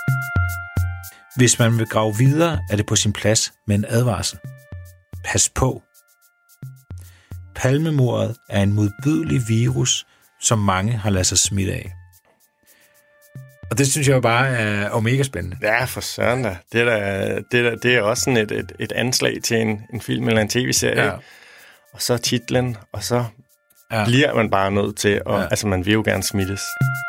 Hvis man vil grave videre, er det på sin plads med en advarsel. Pas på. Palmemordet er en modbydelig virus, som mange har ladet sig smitte af. Og det synes jeg jo bare er omega spændende. Ja, for søren da. Det er også sådan et anslag til en film eller en tv-serie. Ja. Og så titlen, og så bliver man bare nødt til, altså man vil jo gerne smittes.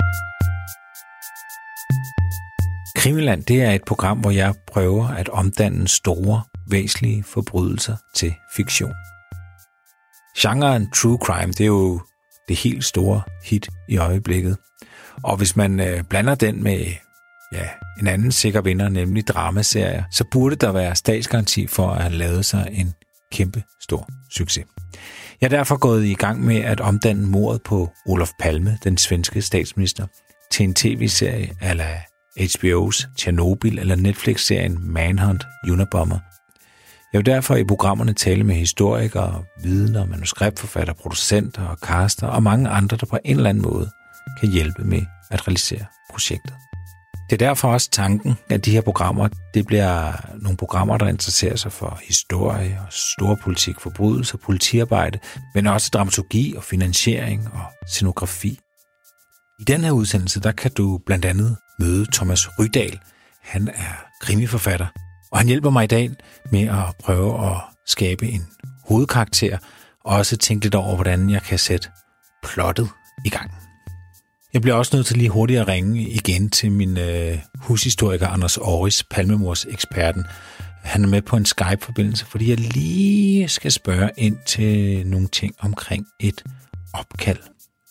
Krimiland, det er et program, hvor jeg prøver at omdanne store, væsentlige forbrydelser til fiktion. Genren true crime, det er jo det helt store hit i øjeblikket. Og hvis man blander den med en anden sikker vinder, nemlig dramaserier, så burde der være statsgaranti for at have lavet sig en kæmpe stor succes. Jeg er derfor gået i gang med at omdanne mordet på Olof Palme, den svenske statsminister, til en tv-serie a la HBO's Chernobyl eller Netflix-serien Manhunt Unabomber. Jeg vil derfor i programmerne tale med historikere, vidner, manuskriptforfatter, producenter og caster og mange andre, der på en eller anden måde kan hjælpe med at realisere projektet. Det er derfor også tanken, at de her programmer, det bliver nogle programmer, der interesserer sig for historie og storpolitik, forbrydelser, politiarbejde, men også dramaturgi og finansiering og scenografi. I den her udsendelse, der kan du blandt andet møde Thomas Rydahl. Han er krimiforfatter, og han hjælper mig i dag med at prøve at skabe en hovedkarakter, og også tænke lidt over, hvordan jeg kan sætte plottet i gang. Jeg bliver også nødt til lige hurtigt at ringe igen til min hushistoriker Anders Aarhus, Palmemords-eksperten. Han er med på en Skype-forbindelse, fordi jeg lige skal spørge ind til nogle ting omkring et opkald.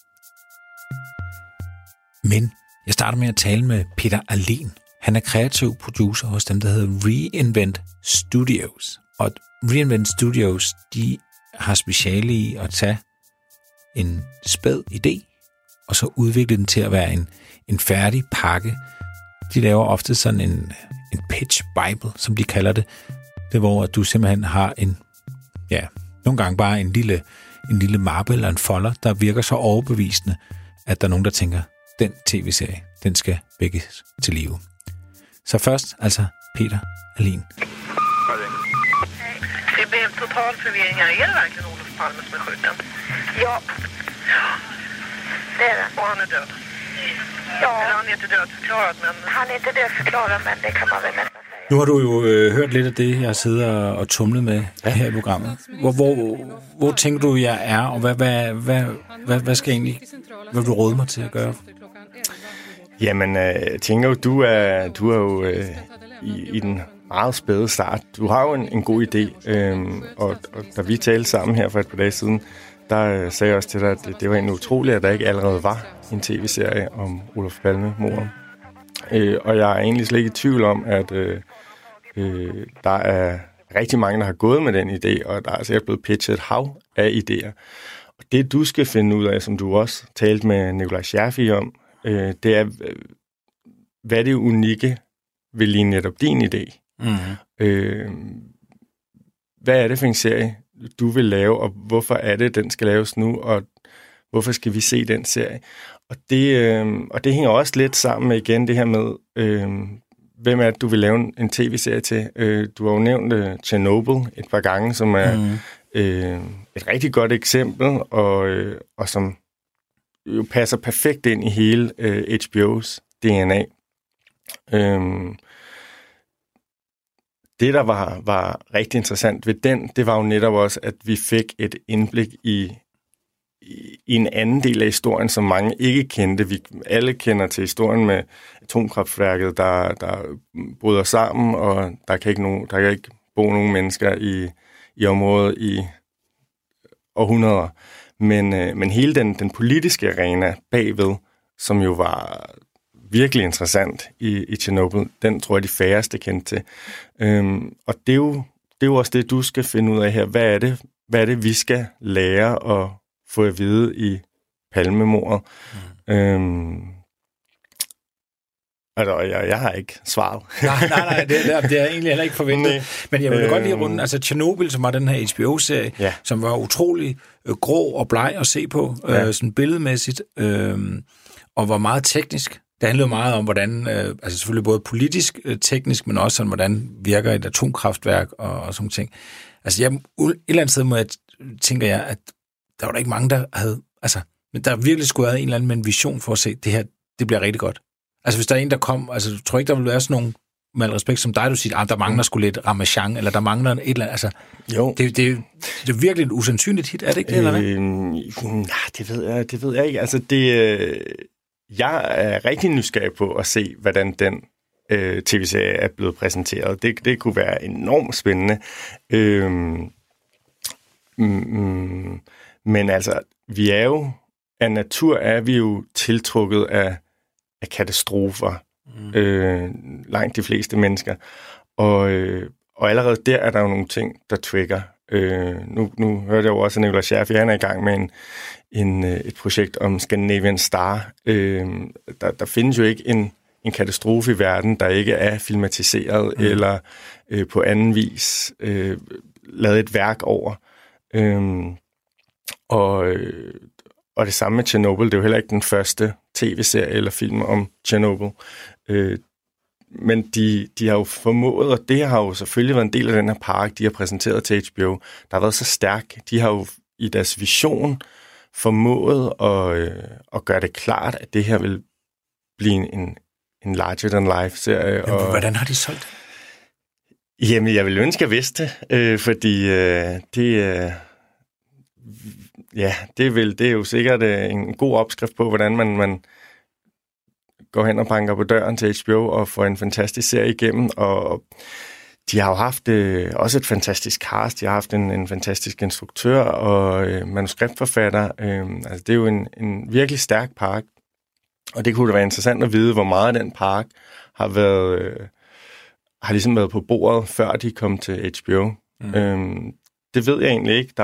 Men jeg starter med at tale med Peter Alén. Han er kreativ producer hos dem, der hedder Reinvent Studios. Og Reinvent Studios, de har speciale i at tage en spæd idé, og så udvikle den til at være en færdig pakke. De laver ofte sådan en pitch bible, som de kalder det. Det er, hvor du simpelthen har nogle gange bare en lille mappe eller en folder, der virker så overbevisende, at der er nogen, der tænker, den tv-serie, den skal vækkes til live. Så først altså Peter Alén. Det blev total förvirring här. Är det verkligen Olof Palme som är skjuten? Ja. Det är det. Och han är död? Ja. Eller han är inte dödförklarad, men... Han är inte dödförklarad, men det kan man väl nästan säga. Nu har du jo hørt lidt af det, jeg sidder og tumlet med her i programmet. Hvor tænker du, jeg er, og hvad skal egentlig... Hvad vil du råde mig til at gøre? Jamen, jeg tænker jo, du er jo i den meget spæde start. Du har jo en god idé, og da vi talte sammen her for et par dage siden, der sagde jeg også til dig, at det var egentlig utroligt, at der ikke allerede var en tv-serie om Olof Palme-mordet. Og jeg er egentlig slet ikke i tvivl om, at der er rigtig mange, der har gået med den idé, og der er sikkert blevet pitchet et hav af idéer. Og det, du skal finde ud af, som du også talte med Nikolaj Scherfig om, det er, hvad er det unikke ved lige netop din idé? Mm-hmm. Hvad er det for en serie, du vil lave, og hvorfor er det, den skal laves nu, og hvorfor skal vi se den serie? Og det hænger også lidt sammen med igen det her med, hvem er det, du vil lave en tv-serie til? Du har jo nævnt Chernobyl et par gange, som er et rigtig godt eksempel, og som jo passer perfekt ind i hele HBO's DNA. Det, der var rigtig interessant ved den, det var jo netop også, at vi fik et indblik i en anden del af historien, som mange ikke kendte. Vi alle kender til historien med atomkraftværket, der bryder sammen, og der kan ikke bo nogen mennesker i området i århundreder. Men hele den politiske arena bagved, som jo var virkelig interessant i Chernobyl, den tror jeg, de færreste kendte til. Og det er jo også det, du skal finde ud af her. Hvad er det vi skal lære og få at vide i Palmemordet? Altså, jeg har ikke svaret. Nej, det er jeg egentlig heller ikke forventet. Nej. Men jeg vil godt lige runde, altså Chernobyl, som var den her HBO-serie, som var utrolig grå og bleg at se på, sådan billedmæssigt, og var meget teknisk. Det handler jo meget om, hvordan, altså selvfølgelig både politisk, teknisk, men også sådan, hvordan virker et atomkraftværk og sådan ting. Altså et eller andet sted tænker jeg, at der var der ikke mange, der havde, altså, men der virkelig skulle have en eller anden med en vision for at se, det her, det bliver rigtig godt. Altså hvis der er en, der kom, altså du tror ikke, der vil være sådan nogen, med al respekt som dig, du siger, der mangler sgu lidt Ramachan, eller der mangler et eller andet, altså, jo. Det er virkelig et usandsynligt hit, er det ikke det, eller hvad? Nej, det ved jeg ikke. Altså jeg er rigtig nysgerrig på at se, hvordan den tv-serie er blevet præsenteret. Det kunne være enormt spændende. Men altså, vi er jo, af natur er vi jo tiltrukket af katastrofer. Langt de fleste mennesker. Og allerede der er der jo nogle ting, der trigger. Nu hørte jeg jo også, at Nicolas Scherfig, han er i gang med et projekt om Scandinavian Star. Der findes jo ikke en katastrofe i verden, der ikke er filmatiseret eller på anden vis lavet et værk over. Og det samme med Chernobyl. Det er jo heller ikke den første tv-serie eller film om Chernobyl. Men de har jo formået, og det har jo selvfølgelig været en del af den her park, de har præsenteret til HBO, der har været så stærk. De har jo i deres vision formået at gøre det klart, at det her vil blive en larger-than-life-serie. Jamen, hvordan har de solgt det? Jamen, jeg vil ønske, at jeg vidste det, fordi det er jo sikkert en god opskrift på, hvordan man går hen og banker på døren til HBO og får en fantastisk serie igennem, og de har jo haft også et fantastisk cast, de har haft en fantastisk instruktør og manuskriptforfatter. Altså det er jo en virkelig stærk park, og det kunne da være interessant at vide, hvor meget af den park har ligesom været på bordet, før de kom til HBO. Det ved jeg egentlig ikke.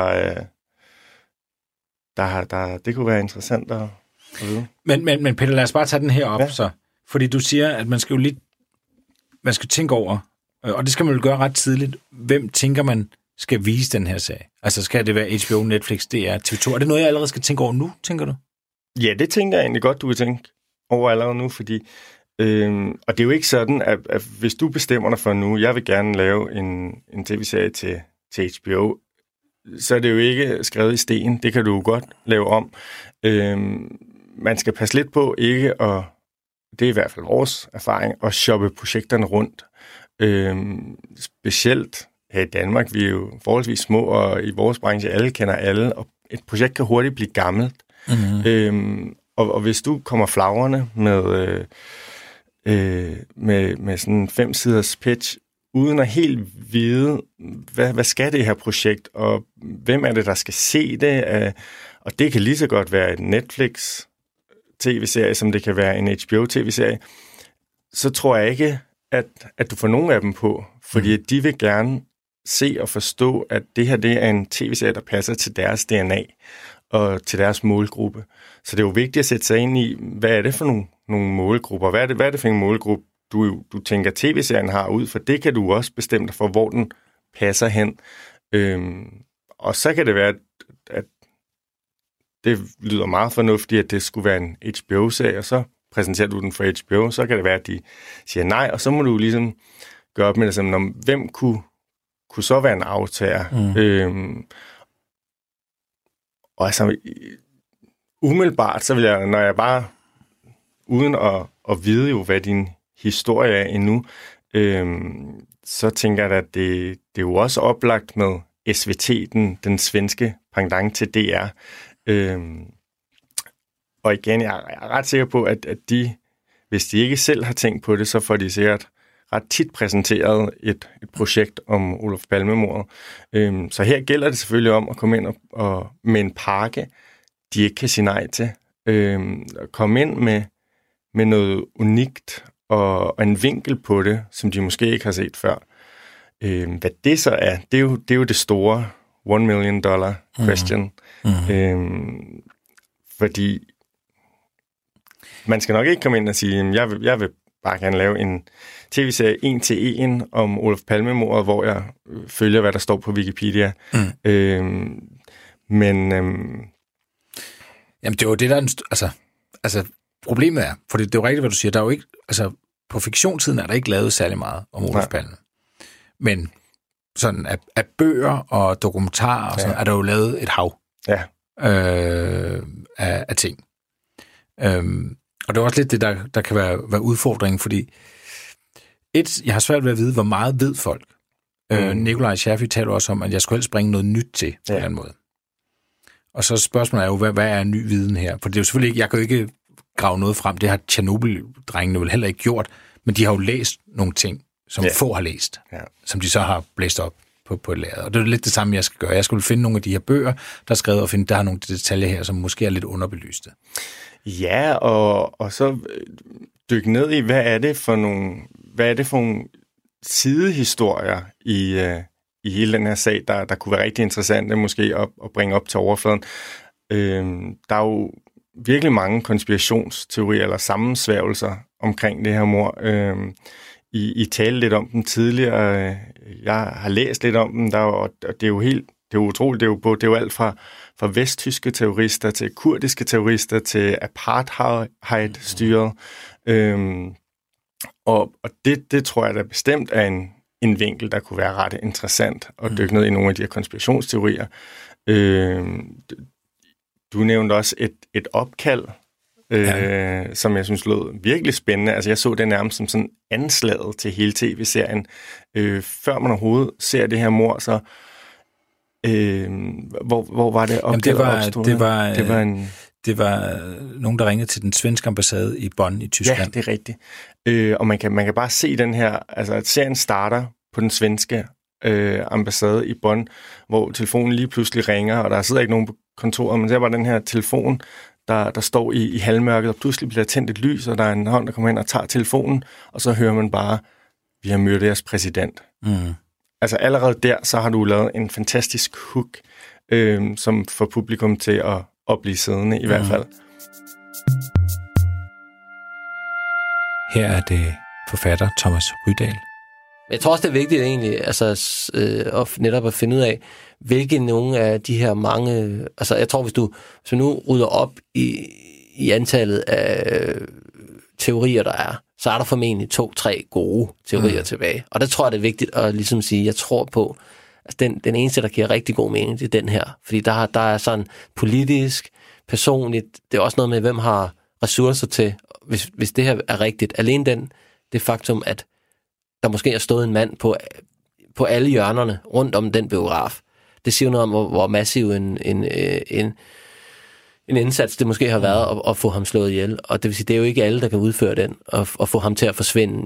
Det kunne være interessant at vide. Men Peter, lad os bare tage den her op, så. Fordi du siger, at man skal tænke over, og det skal man jo gøre ret tidligt, hvem tænker man skal vise den her sag? Altså skal det være HBO, Netflix, DR, TV2? Er det noget, jeg allerede skal tænke over nu, tænker du? Ja, det tænker jeg egentlig godt, du vil tænke over allerede nu, fordi og det er jo ikke sådan, at hvis du bestemmer dig for nu, jeg vil gerne lave en tv-serie til HBO, så er det jo ikke skrevet i sten. Det kan du jo godt lave om. Man skal passe lidt på ikke at, det er i hvert fald vores erfaring, at shoppe projekterne rundt. Specielt her i Danmark, vi er jo forholdsvis små, og i vores branche, alle kender alle, og et projekt kan hurtigt blive gammelt. Og hvis du kommer flagrende med sådan en 5-siders pitch, uden at helt vide, hvad skal det her projekt, og hvem er det, der skal se det, og det kan lige så godt være en Netflix-tv-serie, som det kan være en HBO-tv-serie, så tror jeg ikke, at du får nogen af dem på, fordi de vil gerne se og forstå, at det her det er en tv-serie, der passer til deres DNA og til deres målgruppe. Så det er jo vigtigt at sætte sig ind i, hvad er det for nogle målgrupper? Hvad er det for en målgruppe, du tænker, tv-serien har ud, for det kan du også bestemme dig for, hvor den passer hen. Og så kan det være, at det lyder meget fornuftigt, at det skulle være en HBO-serie, og så præsenterer du den for HBO, så kan det være, at de siger nej, og så må du ligesom gøre op med det, som, hvem kunne så være en aftager? Og altså, umiddelbart, så vil jeg, når jeg bare, uden at vide jo, hvad din historie er endnu, så tænker jeg, at det er jo også oplagt med SVT, den svenske pendant til DR. Og igen, jeg er ret sikker på, at de, hvis de ikke selv har tænkt på det, så får de sikkert ret tit præsenteret et projekt om Olof Palme-mordet. Så her gælder det selvfølgelig om at komme ind og med en pakke, de ikke kan sige nej til. Komme ind med noget unikt og en vinkel på det, som de måske ikke har set før. Hvad det så er, det er jo det store $1 million question. Fordi man skal nok ikke komme ind og sige, jeg vil bare gerne lave en tv-serie 1-1 om Olof Palme-mordet, hvor jeg følger, hvad der står på Wikipedia. Jamen, det var det, der altså problemet er, for det er jo rigtigt, hvad du siger, der er jo ikke, altså på fiktionstiden er der ikke lavet særlig meget om Olof Palme. Men sådan af bøger og dokumentarer og sådan, er der jo lavet et hav af ting. Og det er også lidt det, der kan være udfordringen, fordi jeg har svært ved at vide, hvor meget ved folk. Nikolaj Scherfig taler også om, at jeg skulle helst bringe noget nyt til på en eller anden måde. Og så spørgsmålet er jo, hvad er ny viden her? For det er jo selvfølgelig ikke, jeg kan jo ikke grave noget frem, det har Tjernobyl-drengene vel heller ikke gjort, men de har jo læst nogle ting, som få har læst, som de så har blæst op på et lager. Og det er lidt det samme, jeg skal gøre. Jeg skulle finde nogle af de her bøger, der er skrevet, og finde, der er nogle detaljer her, som måske er lidt underbelyste. Ja, og så dykke ned i, hvad er det for nogle sidehistorier i hele den her sag, der kunne være rigtig interessante måske at bringe op til overfladen. Der er jo virkelig mange konspirationsteorier eller sammensværgelser omkring det her mord. I talte lidt om dem tidligere. Jeg har læst lidt om dem, og det er jo utroligt. Det er jo alt fra vesttyske terrorister til kurdiske terrorister til apartheid-styret. Og det tror jeg da bestemt er en vinkel, der kunne være ret interessant at dykke ned i nogle af de her konspirationsteorier. Du nævnte også et opkald, som jeg synes lød virkelig spændende. Altså jeg så det nærmest som sådan anslaget til hele tv-serien. Før man overhovedet ser det her mord, så hvor var det opstået? Det var nogen, der ringede til den svenske ambassade i Bonn i Tyskland. Ja, det er rigtigt. Og man kan bare se den her, altså at serien starter på den svenske ambassade i Bonn, hvor telefonen lige pludselig ringer, og der sidder ikke nogen på kontoret, men der var den her telefon, der står i halvmørket, og pludselig bliver tændt et lys, og der er en hånd, der kommer ind og tager telefonen, og så hører man bare, vi har myrdet jeres præsident. Altså allerede der, så har du lavet en fantastisk hook, som får publikum til at blive siddende i hvert fald. Her er det forfatter Thomas Rydahl. Jeg tror også, det er vigtigt egentlig, altså netop at finde ud af, hvilke nogle af de her mange... Altså jeg tror, hvis du nu rydder op i antallet af teorier, der er, så er der formentlig 2-3 gode teorier tilbage. Og der tror jeg, det er vigtigt at ligesom sige, jeg tror på, at den eneste, der giver rigtig god mening, det er den her. Fordi der er sådan politisk, personligt, det er også noget med, hvem har ressourcer til, hvis det her er rigtigt. Alene det faktum, at der måske er stået en mand på alle hjørnerne rundt om den biograf, det siger noget om, hvor massiv en indsats det måske har været at få ham slået ihjel. Og det vil sige, det er jo ikke alle, der kan udføre den, og få ham til at forsvinde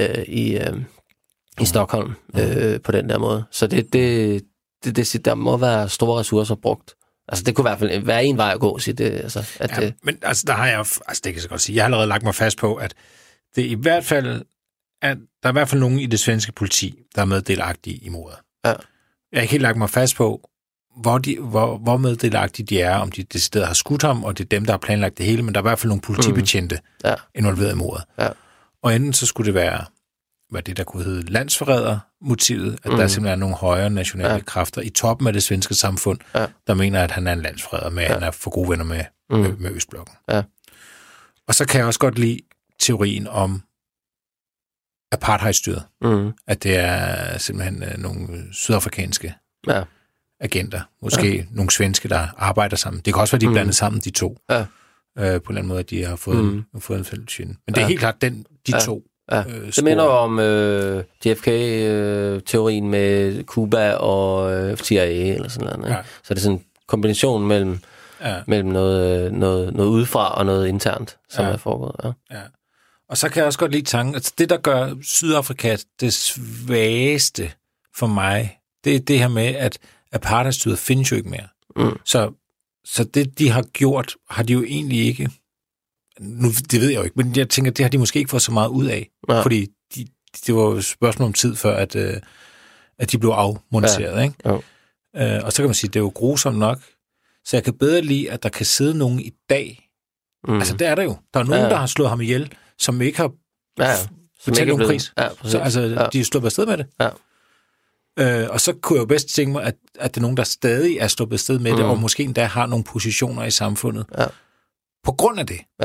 i Stockholm på den der måde. Så der må være store ressourcer brugt. Altså, det kunne i hvert fald være en vej at gå, sige det. Altså, men altså, der har jeg det kan jeg så godt sige. Jeg har allerede lagt mig fast på, at det i hvert fald at der er i hvert fald nogen i det svenske politi, der er meddelagtige i mordet. Ja. Jeg har ikke helt lagt mig fast på, hvor meddelagtige de er, om de decideret har skudt ham, og det er dem, der har planlagt det hele, men der er i hvert fald nogle politibetjente involveret i mordet. Ja. Og enten så skulle det være, hvad det der kunne hedde landsforrædermotivet, at der simpelthen er nogle højere nationale kræfter i toppen af det svenske samfund, der mener, at han er en landsforræder, med at han er for gode venner med Østblokken. Ja. Og så kan jeg også godt lide teorien om apartheidstyret. At det er simpelthen nogle sydafrikanske agenter. Måske nogle svenske, der arbejder sammen. Det kan også være, de er blandet sammen, de to. På en eller anden måde, at de har fået en fælles fjende. Men det er helt klart de to. Ja. Det minder om JFK-teorien med Cuba og CIA eller sådan noget. Ja. Så det er sådan en kombination mellem noget udefra og noget internt, som er foregået. Ja. Og så kan jeg også godt lide tanken, altså det, der gør Sydafrika det svageste for mig, det er det her med, at apartheidstyret findes jo ikke mere. Så det, de har gjort, har de jo egentlig ikke... Nu, det ved jeg jo ikke, men jeg tænker, det har de måske ikke fået så meget ud af. Ja. Fordi det var jo et spørgsmål om tid før, at de blev afmonteret. Ikke? Og så kan man sige, det er jo grusomt nok. Så jeg kan bedre lide, at der kan sidde nogen i dag. Altså, det er der jo. Der er nogen, der har slået ham ihjel, som ikke har betalt nogen pris. Så altså, de er sluppet afsted med det. Ja. Og så kunne jeg jo bedst tænke mig, at det er nogen, der stadig er sluppet afsted med det, og måske endda har nogle positioner i samfundet. Ja. På grund af det. Ja.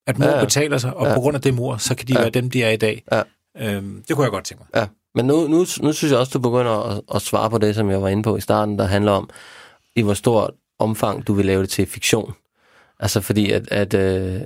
At mord betaler sig, og på grund af det mord, så kan de være dem, de er i dag. Ja. Det kunne jeg godt tænke mig. Ja, men nu synes jeg også, du begynder at svare på det, som jeg var inde på i starten, der handler om, i hvor stort omfang du vil lave det til fiktion. Altså fordi, at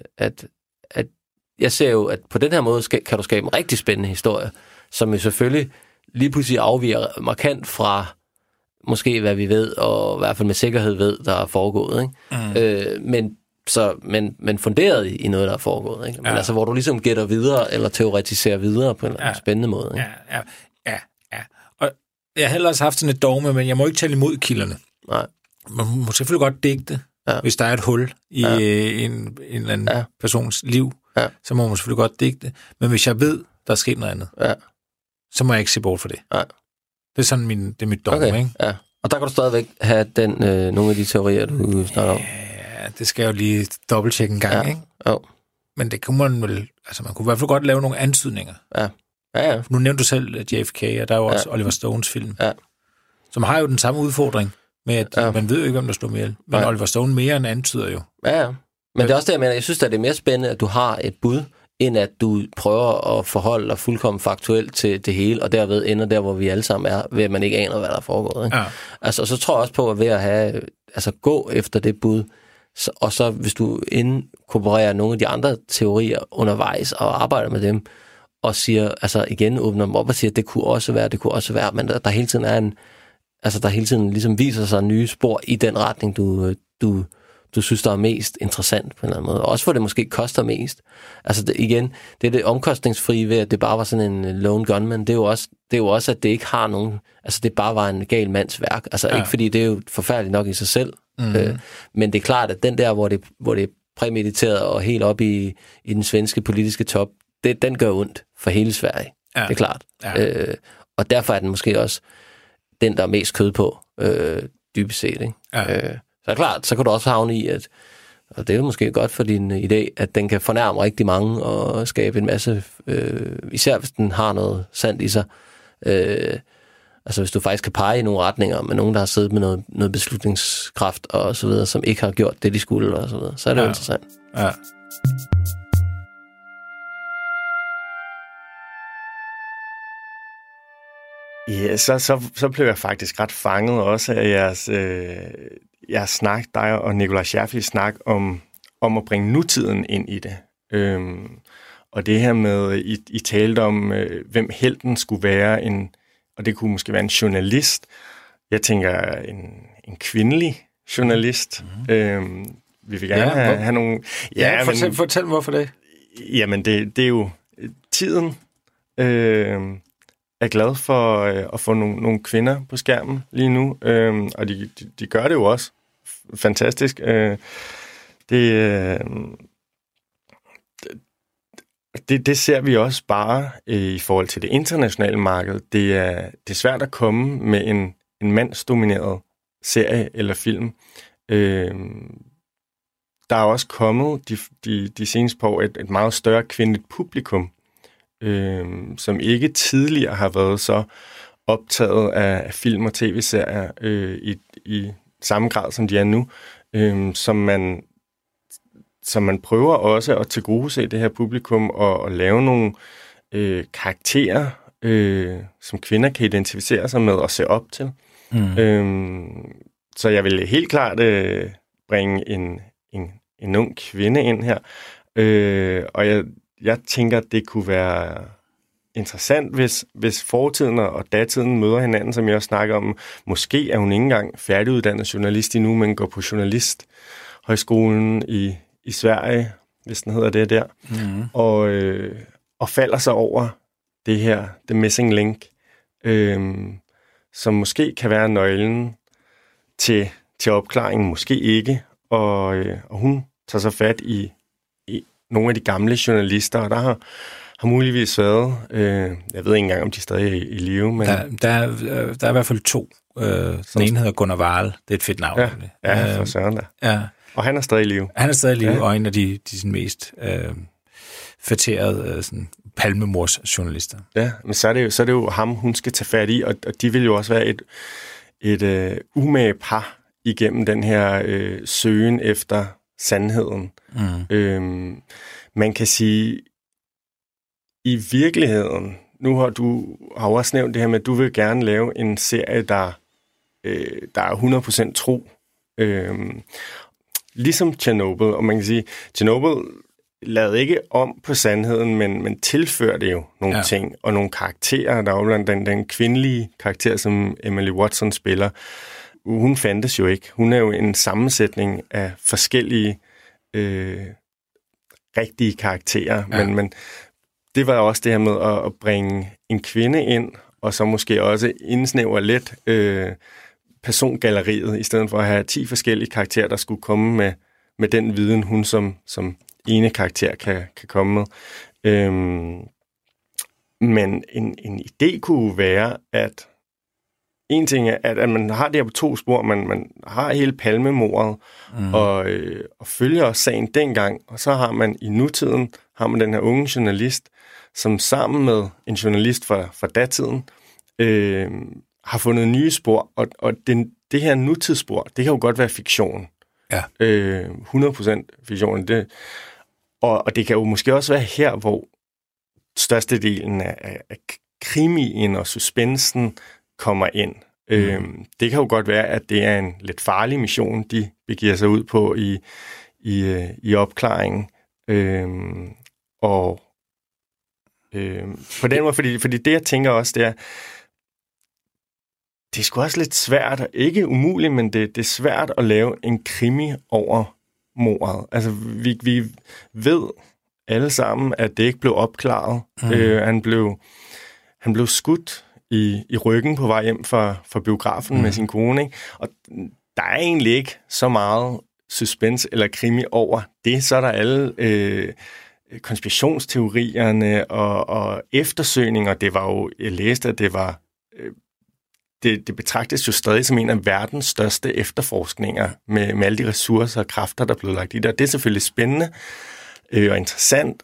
jeg ser jo, at på den her måde kan du skabe en rigtig spændende historie, som jo selvfølgelig lige pludselig afviger markant fra måske, hvad vi ved, og i hvert fald med sikkerhed ved, der er foregået. Ikke? Men funderet i noget, der er foregået. Ikke? Men altså, hvor du ligesom gætter videre, eller teoretiserer videre på en spændende måde. Ikke? Ja. Og jeg har heller også haft sådan et dogme, men jeg må ikke tale imod kilderne. Nej. Man må selvfølgelig godt digte, hvis der er et hul i en eller anden persons liv, så må man selvfølgelig godt digte. Men hvis jeg ved, der er sket noget andet, så må jeg ikke se bort for det. Ja. Det er sådan det er mit dogme, ikke? Ja. Og der kan du stadigvæk have nogle af de teorier, du snakker om. Ja, det skal jeg jo lige dobbelttjekke en gang, ikke? Jo. Men det kunne man vel... Altså, man kunne i hvert fald godt lave nogle antydninger. Ja. Nu nævnte du selv JFK, og der er jo også Oliver Stones film, som har jo den samme udfordring med, at man ved jo ikke, hvem der slår ihjel. Men Oliver Stone mere end antyder jo. Ja. Men det er også det, jeg mener. Jeg synes, at det er mere spændende, at du har et bud, end at du prøver at forholde dig fuldkommen faktuelt til det hele, og derved ender der, hvor vi alle sammen er, ved at man ikke aner, hvad der er foregået. Ikke? Ja. Altså, så tror jeg også på, at ved at gå efter det bud, og så hvis du inkorporerer nogle af de andre teorier undervejs, og arbejder med dem, og siger, altså igen åbner dem op og siger, at det kunne også være, men der hele tiden er der hele tiden ligesom viser sig nye spor i den retning, du synes, der er mest interessant på en eller anden måde. Også hvor det måske koster mest. Altså det er det omkostningsfrie ved, at det bare var sådan en lone gunman. Det er jo også, at det ikke har nogen... Altså det bare var en gal mands værk. Altså ikke fordi det er jo forfærdeligt nok i sig selv. Men det er klart, at den der, hvor det er præmediteret og helt op i den svenske politiske top, den gør ondt for hele Sverige. Ja. Det er klart. Ja. Og derfor er den måske også den, der er mest kød på, dybest set. Ikke? Ja. Så er klart, så kan du også havne i, at, og det er måske godt for din idé, at den kan fornærme rigtig mange og skabe en masse, især hvis den har noget sandt i sig. Altså hvis du faktisk kan pege i nogle retninger med nogen, der har siddet med noget beslutningskraft og så videre, som ikke har gjort det, de skulle og så videre, så er det jo interessant. Ja. Ja, så blev jeg faktisk ret fanget også af jeres snak, dig og Nikolaj Scherfis snak om at bringe nutiden ind i det. Og det her med, I talte om, hvem helten skulle være, og det kunne måske være en journalist. Jeg tænker, en kvindelig journalist. Vi vil gerne have nogle... Ja, fortæl hvorfor det. Jamen, det er jo tiden... er glad for at få nogle kvinder på skærmen lige nu, og de gør det jo også fantastisk. Det ser vi også bare i forhold til det internationale marked. Det er svært at komme med en mandsdomineret serie eller film. Der er også kommet de seneste par år et meget større kvindeligt publikum, som ikke tidligere har været så optaget af film og tv-serier i samme grad, som de er nu, som man prøver også at tilgodese det her publikum og lave nogle karakterer, som kvinder kan identificere sig med og se op til. Så jeg vil helt klart bringe en ung kvinde ind her, og jeg tænker, at det kunne være interessant, hvis fortiden og datiden møder hinanden, som jeg også snakker om. Måske er hun ikke engang færdiguddannet journalist endnu, men går på journalisthøjskolen i Sverige, hvis den hedder det der, og falder sig over det her, The Missing Link, som måske kan være nøglen til opklaringen, måske ikke, og hun tager så fat i nogle af de gamle journalister, og der har muligvis været, jeg ved ikke engang, om de stadig er i live, men... Der er i hvert fald to. Den ene hedder Gunnar Wahl, det er et fedt navn. Ja, for søren da. Ja. Og han er stadig i live. Han er stadig i live, og en af de sådan mest fætterede palmemors-journalister. Ja, men så er det jo ham, hun skal tage fat i, og de vil jo også være et umage par igennem den her søgen efter sandheden. man kan sige, i virkeligheden, nu har du også nævnt det her med, at du vil gerne lave en serie, der er 100% tro. Ligesom Chernobyl, og man kan sige, Chernobyl lavede ikke om på sandheden, men tilførte jo nogle ting, og nogle karakterer. Der var blandt den kvindelige karakter, som Emily Watson spiller. Hun fandtes jo ikke. Hun er jo en sammensætning af forskellige rigtige karakterer, men det var også det her med at bringe en kvinde ind, og så måske også indsnævre lidt persongalleriet, i stedet for at have 10 forskellige karakterer, der skulle komme med den viden, hun som ene karakter kan komme med. Men en idé kunne være, at en ting er, at man har det her på 2 spor, man har hele Palmemordet, og følger også sagen dengang, og så har man i nutiden, den her unge journalist, som sammen med en journalist fra datiden, har fundet nye spor, og det her nutidsspor, det kan jo godt være fiktion. Ja. 100% fiktion. Og det kan jo måske også være her, hvor størstedelen af krimien og suspensen kommer ind. Det kan jo godt være, at det er en lidt farlig mission, de begiver sig ud på i opklaringen. På den måde, fordi det, jeg tænker også, det er sgu også lidt svært, ikke umuligt, men det er svært at lave en krimi over mordet. Altså, vi ved alle sammen, at det ikke blev opklaret. Han blev skudt i ryggen på vej hjem fra biografen med sin kone, ikke? Og der er egentlig ikke så meget suspense eller krimi over det. Så er der alle konspirationsteorierne og eftersøgninger. Det var jo, jeg læste, at det var... Det betragtes jo stadig som en af verdens største efterforskninger med alle de ressourcer og kræfter, der er blevet lagt i det. Og det er selvfølgelig spændende og interessant,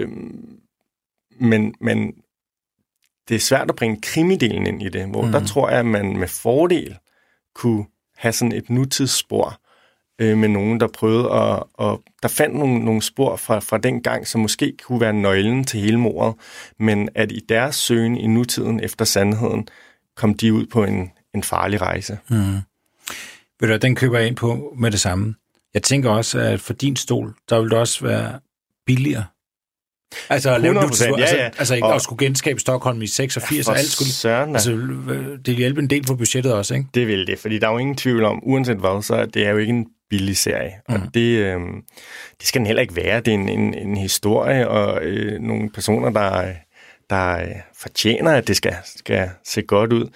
men det er svært at bringe krimidelen ind i det, hvor der tror jeg, at man med fordel kunne have sådan et nutidsspor med nogen, der prøvede og der fandt nogle spor fra den gang, som måske kunne være nøglen til hele mordet, men at i deres søgen i nutiden efter sandheden, kom de ud på en farlig rejse. Ved du, den køber jeg ind på med det samme. Jeg tænker også, at for din stol, der vil det også være billigere. Altså at lave altså ikke at skulle genskabe Stockholm i 86, og alt skulle... Søren, altså, det vil hjælpe en del på budgettet også, ikke? Det vil det, fordi der er jo ingen tvivl om, uanset hvad, så det er jo ikke en billig serie. Og det skal den heller ikke være. Det er en historie, og nogle personer, der fortjener, at det skal se godt ud.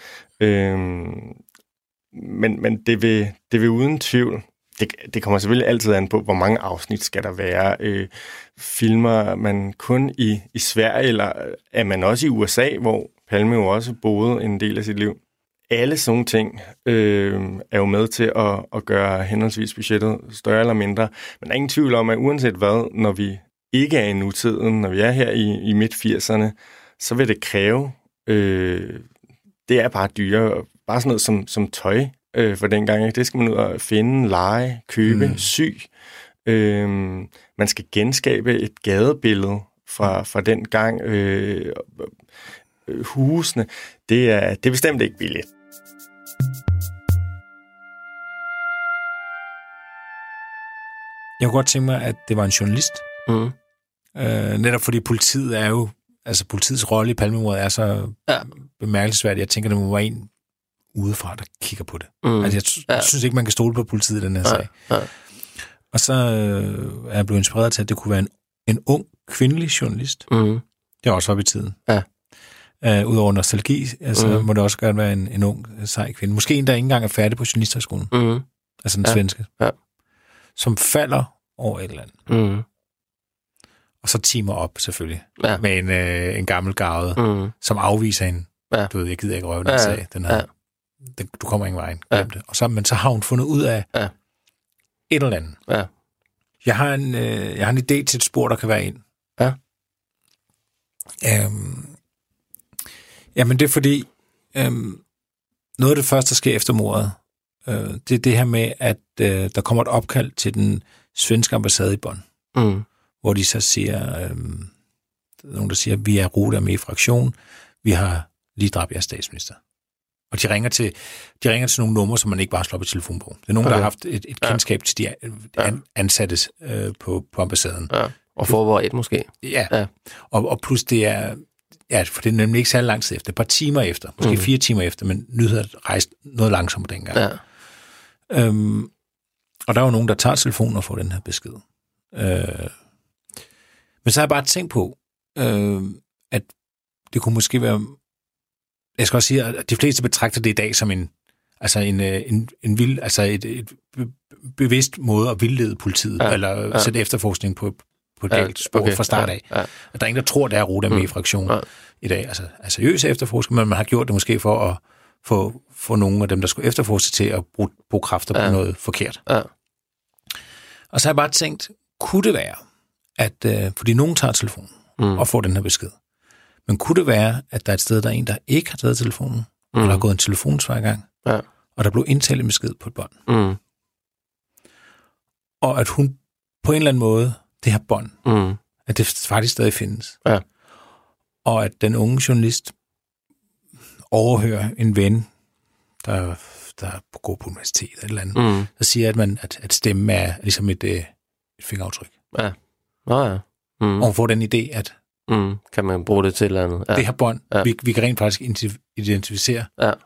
Men det vil uden tvivl, det kommer selvfølgelig altid an på, hvor mange afsnit skal der være. Filmer man kun i Sverige, eller er man også i USA, hvor Palme jo også boede en del af sit liv. Alle sådan ting er jo med til at gøre henholdsvis budgettet større eller mindre. Men der er ingen tvivl om, at uanset hvad, når vi ikke er i nutiden, når vi er her i midt-80'erne, så vil det kræve, det er bare dyre, bare sådan noget som tøj for dengang. Ikke? Det skal man ud og finde, lege, købe, sy. Man skal genskabe et gadebillede fra den gang. Husene, det er bestemt ikke billigt. Jeg kunne godt tænke mig, at det var en journalist. Netop fordi politiet er jo, altså politiets rolle i Palmemordet er så bemærkelsesværdig. Jeg tænker, der må være en udefra, der kigger på det. Altså, jeg synes ikke, man kan stole på politiet i den her sag. Og så er jeg blevet inspireret til, at det kunne være en ung, kvindelig journalist. Det er også op i tiden. Udover nostalgi, altså må det også gerne være en ung, sej kvinde. Måske en, der ikke engang er færdig på journalisterskolen. Altså den svenske. Som falder over et eller andet. Og så timer op, selvfølgelig. Med en gammel garde, som afviser hende. Du ved, jeg gider ikke røve den sag. Den her, du kommer ingen vej. Men så har hun fundet ud af et eller andet. Jeg har en idé til et spor, der kan være ind. Jamen det er fordi, noget af det første, der sker efter mordet, det er det her med, at der kommer et opkald til den svenske ambassade i Bonn, hvor de så siger, nogen der siger, vi er Ruda med i fraktion, vi har lige dræbt jeres statsminister. Og de ringer til nogle numre, som man ikke bare slår på telefonbogen. Det er nogen, der har haft et kendskab til de ansattes på ambassaden. Ja. Og forberedt måske. Ja. Og plus det er, for det er nemlig ikke særlig lang tid efter, et par timer efter, måske 4 timer efter, men nyheder rejste noget langsommere dengang. Ja. Og der er jo nogen, der tager telefonen og får den her besked. Men så har jeg bare tænkt på, at det kunne måske være... Jeg skal også sige, at de fleste betragter det i dag som en vild, altså et bevidst måde at vildlede politiet, eller sætte efterforskning på et galt spor fra start af. Ja. At der er ingen, der tror, der er Ruda med i fraktion i dag. Altså seriøse efterforskning, men man har gjort det måske for at få nogle af dem, der skulle efterforske til at bruge kræfter på noget forkert. Ja. Og så har jeg bare tænkt, kunne det være, at fordi nogen tager telefonen og får den her besked, men kunne det være, at der er et sted, der er en, der ikke har taget telefonen, eller har gået en telefonsvar i gang, og der blev indtalt en besked på et bånd. Og at hun på en eller anden måde, det her bånd, at det faktisk stadig findes. Ja. Og at den unge journalist overhører en ven, der går på universitetet eller andet, der siger, at stemme er ligesom et fingeraftryk. Ja. Og hun får den idé, at kan man bruge det til et eller andet? Ja. Det her bånd, vi kan rent faktisk identificere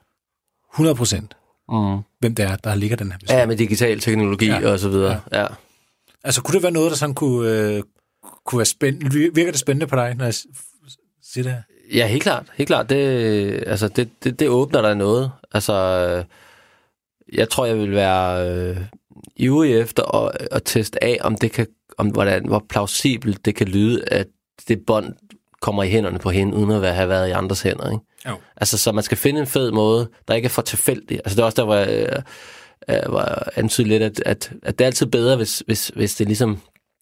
100%, hvem det er, der ligger den her besked. Ja, med digital teknologi og så videre. Ja. Altså, kunne det være noget, der sådan kunne være spændende? Virker det spændende på dig, når jeg siger det her? Ja, helt klart. Det åbner der noget. Altså, jeg tror, jeg vil være ivrig efter at teste af, hvor plausibelt det kan lyde, at det bånd kommer i hænderne på hende, uden at have været i andres hænder, ikke? Jo. Altså, så man skal finde en fed måde, der ikke er for tilfældig. Altså, det er også der, hvor jeg var antydet lidt, at det er altid bedre, hvis det ligesom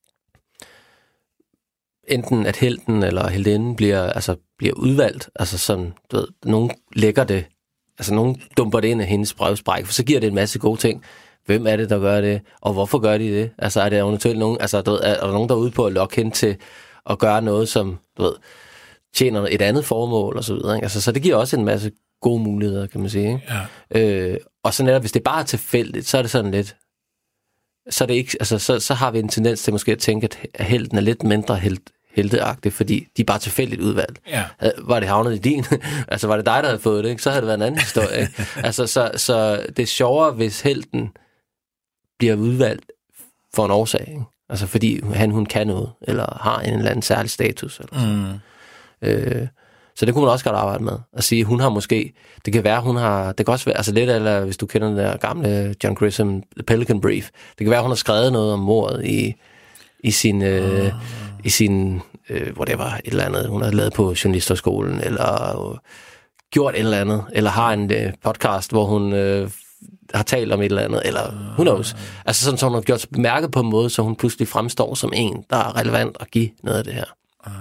enten at helten eller heltinden bliver udvalgt. Altså sådan, du ved, nogen lægger det, altså nogen dumper det ind i hendes brevsprække, for så giver det en masse gode ting. Hvem er det, der gør det? Og hvorfor gør de det? Altså, er det eventuelt nogen, altså, er der nogen, der er ude på at lokke hende til at gøre noget, som, du ved, tjener et andet formål og så videre, ikke? Altså, så det giver også en masse gode muligheder, kan man sige, ikke? Ja. Og så netop, hvis det bare er tilfældigt, så er det sådan lidt, så er det ikke, altså, så har vi en tendens til måske at tænke, at helten er lidt mindre helteagtig, fordi de er bare tilfældigt udvalgt. Ja. Var det havnet i din? Altså, var det dig, der havde fået det, ikke? Så havde det været en anden historie. Altså, så det er sjovere, hvis helten bliver udvalgt for en årsag, ikke? Altså, fordi hun kan noget, eller har en eller anden særlig status. Eller så det kunne man også godt arbejde med. At sige, hun har måske, det kan være, det kan også være, altså lidt, eller hvis du kender den der gamle John Grisham, The Pelican Brief, det kan være, hun har skrevet noget om mordet i sin whatever, et eller andet, hun har lavet på journalisterskolen, eller gjort et eller andet, eller har en podcast, hvor hun har talt om et eller andet, eller who knows. Altså sådan, så hun har gjort sig bemærket på en måde, så hun pludselig fremstår som en, der er relevant at give noget af det her.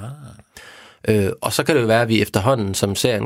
Og så kan det jo være, at vi efterhånden, som serien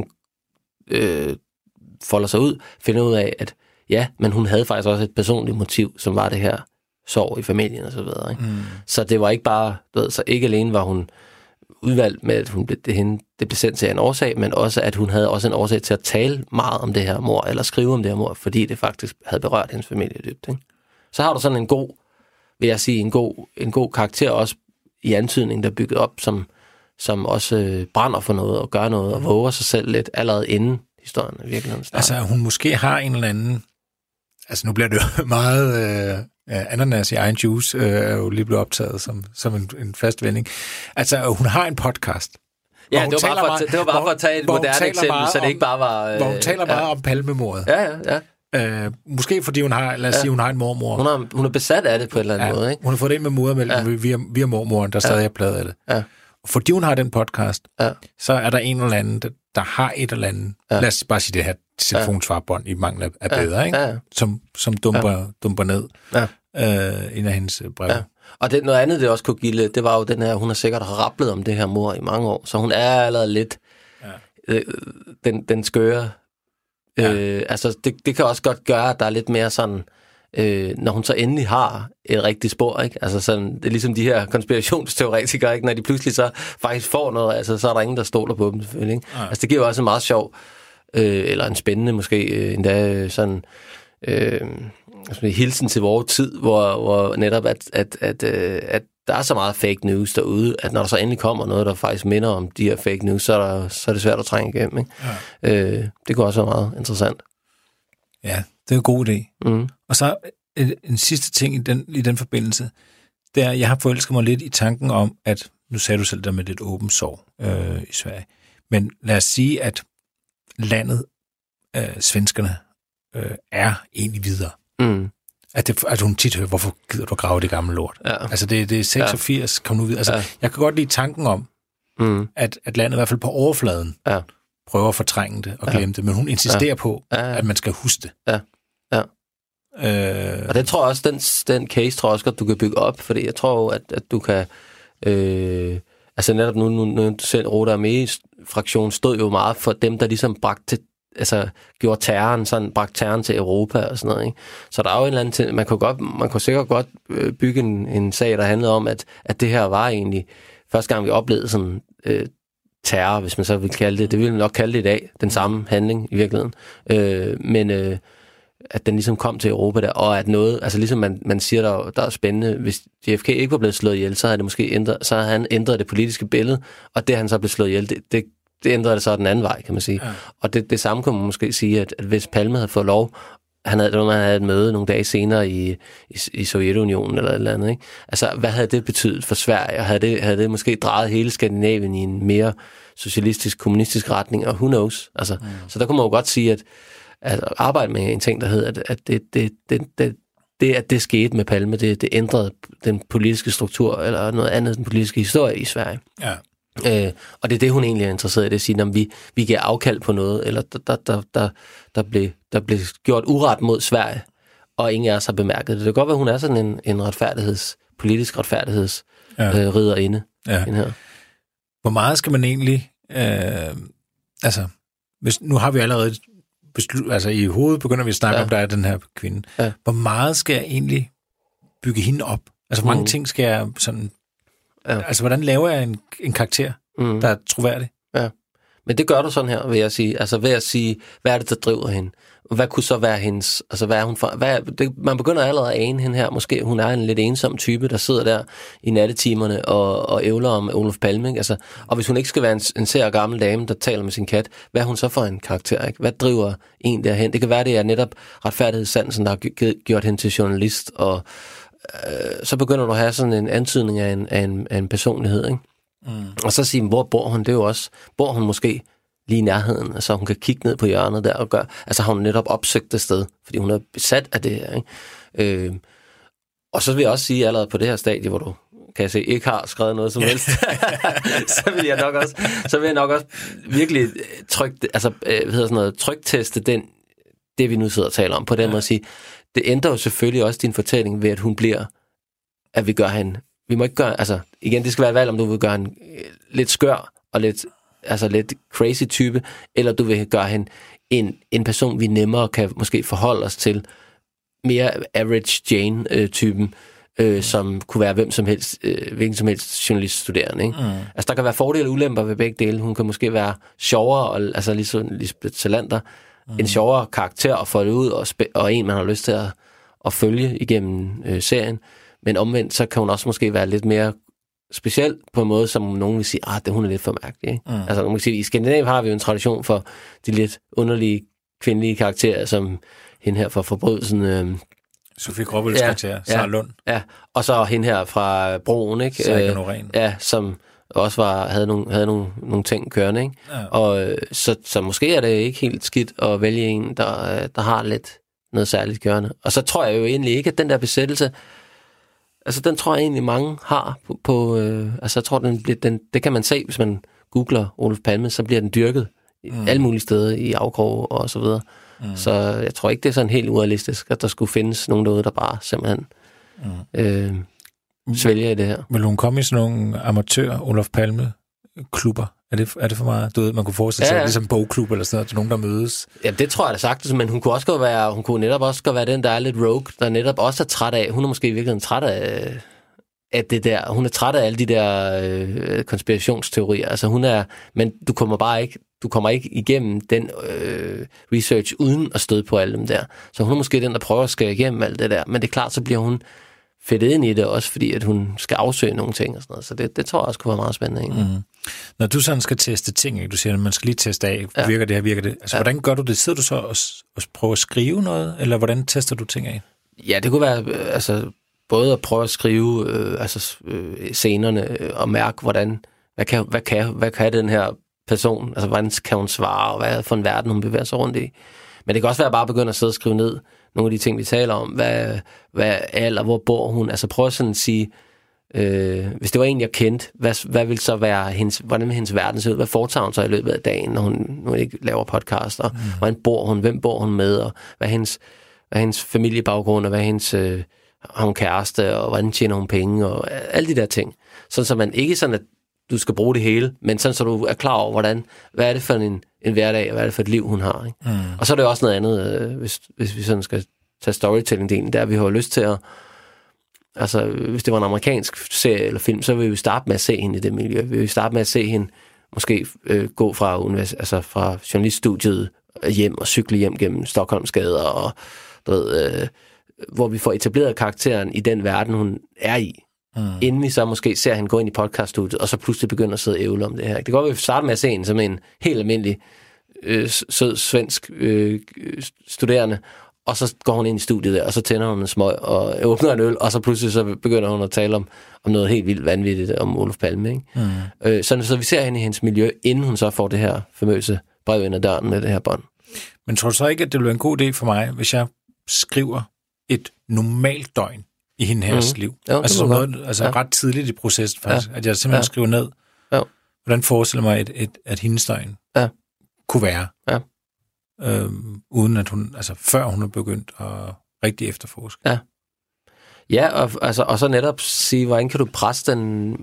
folder sig ud, finder ud af, at ja, men hun havde faktisk også et personligt motiv, som var det her sorg i familien og så videre. Ikke? Så det var ikke bare, så ikke alene var hun udvalgt med, at det blev sendt til en årsag, men også, at hun havde også en årsag til at tale meget om det her mord, eller skrive om det her mord, fordi det faktisk havde berørt hendes familie dybt. Ikke? Så har du sådan en god, vil jeg sige, en god karakter også i antydningen, der er bygget op, som også brænder for noget og gør noget og våger sig selv lidt allerede inden historien i virkeligheden starter. Altså hun måske har en eller anden, altså nu bliver det jo meget ananas i egen juice, er jo lige blevet optaget som en fast vending. Altså hun har en podcast. Ja, det var bare for at tage et moderne eksempel, så det ikke bare var... hvor hun taler meget om palmemordet. Ja. Måske fordi hun har, lad os sige, hun har en mormor. Hun er besat af det på en eller anden måde, ikke? Hun har fået det ind med modermælken via mormoren, der stadig er pladet af det. Ja. Fordi hun har den podcast, så er der en eller anden, der har et eller andet, lad os bare sige det her telefonsvarbånd i mangel af bedre, ikke? Som dumper ned en af hendes brev. Ja. Og det, noget andet, det også kunne give lidt, det var jo den her, hun har sikkert rapplet om det her mor i mange år, så hun er allerede lidt den skøre. Altså, det kan også godt gøre, at der er lidt mere sådan, når hun så endelig har et rigtigt spor, ikke? Altså sådan, det er ligesom de her konspirationsteoretikere, ikke? Når de pludselig så faktisk får noget, altså så er der ingen, der stoler på dem, selvfølgelig, ikke? Ja. Altså det giver jo også en meget sjov, eller en spændende måske, endda sådan, hilsen til vores tid, hvor netop, at der er så meget fake news derude, at når der så endelig kommer noget, der faktisk minder om de her fake news, så er det svært at trænge igennem, ikke? Ja. Det kunne også være meget interessant. Ja, det er en god idé. Mm. Og så en sidste ting i den forbindelse, det er, jeg har forelsket mig lidt i tanken om, at, nu sagde du selv der med lidt åben sorg i Sverige, men lad os sige, at landet, svenskerne, er egentlig videre. Mm. At hun tit hører, hvorfor gider du grave det gamle lort? Ja. Altså det er 86, kom nu videre. Altså, jeg kan godt lide tanken om, at landet i hvert fald på overfladen prøver at fortrænge det og glemme det, men hun insisterer på, at man skal huske det. Ja. Ja. Og det tror jeg også, den case tror jeg også godt, du kan bygge op, fordi jeg tror jo, at du kan... altså netop nu selv Rote Armee-fraktionen stod jo meget for dem, der ligesom gjorde bragte terroren til Europa og sådan noget, ikke? Så der er jo en eller anden ting, man kunne sikkert godt bygge en sag, der handlede om, at det her var egentlig første gang, vi oplevede sådan terror, hvis man så vil kalde det. Det vil man nok kalde det i dag, den samme handling i virkeligheden. Men at den ligesom kom til Europa der, og at noget, altså ligesom man siger, der er spændende, hvis JFK ikke var blevet slået ihjel, så havde det måske han ændret det politiske billede, og det han så blev slået ihjel, det ændrede det så den anden vej, kan man sige. Ja. Og det samme kan man måske sige, at hvis Palme havde fået lov, han havde et møde nogle dage senere i Sovjetunionen eller et eller andet, ikke? Altså, hvad havde det betydet for Sverige? Og havde det måske drejet hele Skandinavien i en mere socialistisk, kommunistisk retning, og who knows? Altså, så der kunne man jo godt sige, at arbejde med en ting, der hedder, at det skete med Palme, det ændrede den politiske struktur, eller noget andet den politiske historie i Sverige. Ja. Og det er det, hun egentlig er interesseret i, det at sige, at vi giver afkald på noget, eller der blev gjort uret mod Sverige, og ingen af os har bemærket det. Det kan godt være, at hun er sådan en politisk retfærdighedsridderinde. Ja. Her. Hvor meget skal man egentlig, nu har vi allerede i hovedet begynder vi at snakke om, der er den her kvinde. Ja. Hvor meget skal jeg egentlig bygge hende op? Altså, hvor mange ting skal jeg sådan... Ja. Altså, hvordan laver jeg en karakter, der er troværdig? Ja, men det gør du sådan her, vil jeg sige. Altså, ved at sige, hvad er det, der driver hende? Hvad kunne så være hendes... Altså, hvad er hun for... man begynder allerede at ane hende her. Måske hun er en lidt ensom type, der sidder der i nattetimerne og ævler om Olof Palme. Altså, og hvis hun ikke skal være en sær gammel dame, der taler med sin kat, hvad er hun så for en karakter? Ikke? Hvad driver en derhen? Det kan være, det er netop retfærdighedssansen, der har gjort hende til journalist, og så begynder du at have sådan en antydning af en personlighed, ikke? Og så sige, hvor bor hun? Det er jo også, bor hun måske lige i nærheden, altså hun kan kigge ned på hjørnet der og gøre, altså har hun netop opsøgt det sted, fordi hun er besat af det her, ikke? Og så vil jeg også sige, allerede på det her stadie, hvor du, kan jeg se, ikke har skrevet noget som helst, så vil jeg nok også virkelig trykteste det vi nu sidder og taler om, på den måde at sige, det ændrer jo selvfølgelig også din fortælling ved, at hun bliver, at vi gør hende, vi må ikke gøre, altså igen, det skal være et valg, om du vil gøre hende lidt skør og lidt crazy type, eller du vil gøre hende en person, vi nemmere kan måske forholde os til, mere average Jane-typen, som kunne være hvilken som helst journaliststuderende, ikke? Altså, der kan være fordele og ulemper ved begge dele. Hun kan måske være sjovere, og, altså ligesom Lisbeth Salander, en sjovere karakter at folde ud, og en, man har lyst til at følge igennem serien. Men omvendt, så kan hun også måske være lidt mere speciel på en måde, som nogen vil sige, hun er lidt for mærkelig, ikke? Altså, man kan sige, i Skandinavien har vi jo en tradition for de lidt underlige kvindelige karakterer, som hende her fra Forbrydelsen. Sofie Gråbøls karakter, Sara Lund. Ja, og så hende her fra Broen, ikke? Ja, som også havde nogle ting kørende, ikke? Ja. Og så måske er det ikke helt skidt at vælge en, der har lidt noget særligt kørende. Og så tror jeg jo egentlig ikke, at den der besættelse, altså den tror jeg egentlig mange har på altså jeg tror, det kan man se, hvis man googler Olof Palme, så bliver den dyrket alle mulige steder i afkrog og så videre. Så jeg tror ikke, det er sådan helt urealistisk, at der skulle findes nogen derude, der bare simpelthen svælger i det her. Vil hun komme i sådan nogle amatør Olof Palme-klubber? Er det for meget? Du ved, man kunne forestille sig, ligesom bogklub eller sådan noget, til nogen, der mødes. Ja, det tror jeg da sagtens, men hun kunne netop også være den, der er lidt rogue, der netop også er træt af. Hun er måske i virkeligheden træt af det der. Hun er træt af alle de der konspirationsteorier. Altså men du kommer ikke igennem den research uden at støde på alle dem der. Så hun er måske den, der prøver at skære igennem alt det der. Men det er klart, så bliver hun fedtet ind i det også, fordi at hun skal afsøge nogle ting og sådan noget. Så det tror jeg også kunne være meget spændende. Mm. Når du sådan skal teste ting, ikke? Du siger, at man skal lige teste af, virker det her, virker det? Altså, hvordan gør du det? Sidder du så og prøver at skrive noget, eller hvordan tester du ting af? Ja, det kunne være både at prøve at skrive scenerne og mærke, hvad kan den her person, altså hvordan kan hun svare, og hvad for en verden hun bevæger sig rundt i. Men det kan også være bare at begynde at sidde og skrive ned nogle af de ting, vi taler om. Hvad alder, hvor bor hun? Altså prøv sådan at sige, hvis det var en, jeg kendte, hvad vil så være hvordan vil hendes verden se ud? Hvad foretager hun så i løbet af dagen, når hun ikke laver podcaster? Hvordan bor hun? Hvem bor hun med? Og hvad er hendes familiebaggrund? Og hvad er hendes har hun kæreste? Og hvordan tjener hun penge? Og alle de der ting. Sådan så man ikke sådan, at du skal bruge det hele, men sådan så du er klar over, hvad er det for en hverdag, og hvad er det for et liv, hun har. Ikke? Mm. Og så er det også noget andet, hvis vi sådan skal tage storytelling-delen, der vi har lyst til at, altså hvis det var en amerikansk serie eller film, så vil vi starte med at se hende i det miljø. Vi vil starte med at se hende måske gå fra journaliststudiet hjem og cykle hjem gennem Stockholms gader, og hvor vi får etableret karakteren i den verden, hun er i. Inden vi så måske ser hende gå ind i podcaststudiet, og så pludselig begynder at sidde og ævle om det her. Det går, at vi starter med at se hende som en helt almindelig sød svensk studerende, og så går hun ind i studiet der, og så tænder hun en smøg og åbner en øl, og så pludselig så begynder hun at tale om noget helt vildt vanvittigt om Olof Palme. Ikke? Så vi ser hende i hendes miljø, inden hun så får det her famøse brev ind ad døren med det her bånd. Men tror du så ikke, at det bliver en god idé for mig, hvis jeg skriver et normalt døgn i hende hendes liv? Jo, altså ret tidligt i processen faktisk, at jeg simpelthen skriver ned, hvordan forestiller mig, at hendes døgn kunne være, uden at hun, altså før hun er begyndt at rigtig efterforske. Ja, og så netop sige, hvordan kan du presse den,